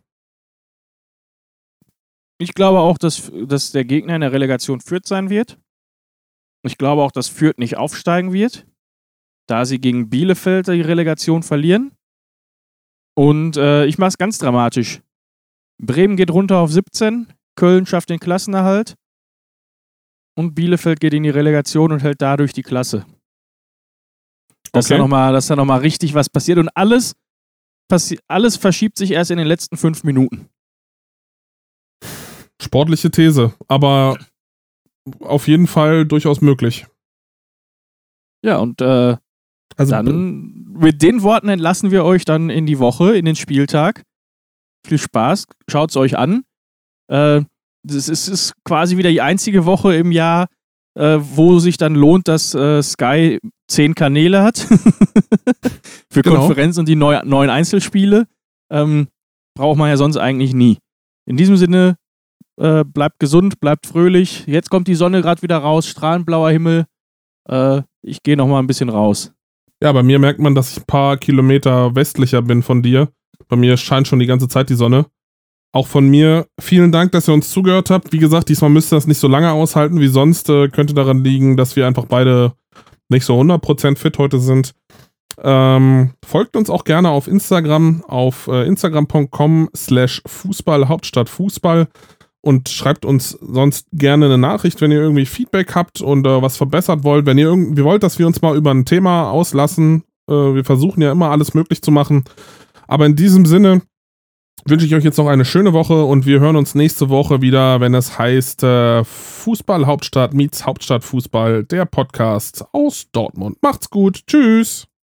Ich glaube auch, dass der Gegner in der Relegation Fürth sein wird. Ich glaube auch, dass Fürth nicht aufsteigen wird, da sie gegen Bielefeld die Relegation verlieren. Und ich mache es ganz dramatisch. Bremen geht runter auf 17, Köln schafft den Klassenerhalt und Bielefeld geht in die Relegation und hält dadurch die Klasse. Dass da nochmal richtig was passiert und alles verschiebt sich erst in den letzten 5 Minuten. Sportliche These, aber auf jeden Fall durchaus möglich. Ja, und dann mit den Worten entlassen wir euch dann in die Woche, in den Spieltag. Viel Spaß, schaut's euch an. Es ist quasi wieder die einzige Woche im Jahr, wo sich dann lohnt, dass Sky 10 Kanäle hat für Konferenz und die neuen Einzelspiele. Braucht man ja sonst eigentlich nie. In diesem Sinne, bleibt gesund, bleibt fröhlich. Jetzt kommt die Sonne gerade wieder raus, strahlend blauer Himmel. Ich gehe noch mal ein bisschen raus. Ja, bei mir merkt man, dass ich ein paar Kilometer westlicher bin von dir. Bei mir scheint schon die ganze Zeit die Sonne. Auch von mir vielen Dank, dass ihr uns zugehört habt. Wie gesagt, diesmal müsst ihr das nicht so lange aushalten wie sonst. Könnte daran liegen, dass wir einfach beide nicht so 100% fit heute sind. Folgt uns auch gerne auf Instagram, auf instagram.com/Fußball-Hauptstadt-Fußball und schreibt uns sonst gerne eine Nachricht, wenn ihr irgendwie Feedback habt und was verbessert wollt. Wenn ihr irgendwie wollt, dass wir uns mal über ein Thema auslassen, wir versuchen ja immer alles möglich zu machen. Aber in diesem Sinne wünsche ich euch jetzt noch eine schöne Woche und wir hören uns nächste Woche wieder, wenn es heißt Fußball Hauptstadt meets Hauptstadtfußball, der Podcast aus Dortmund. Macht's gut, tschüss!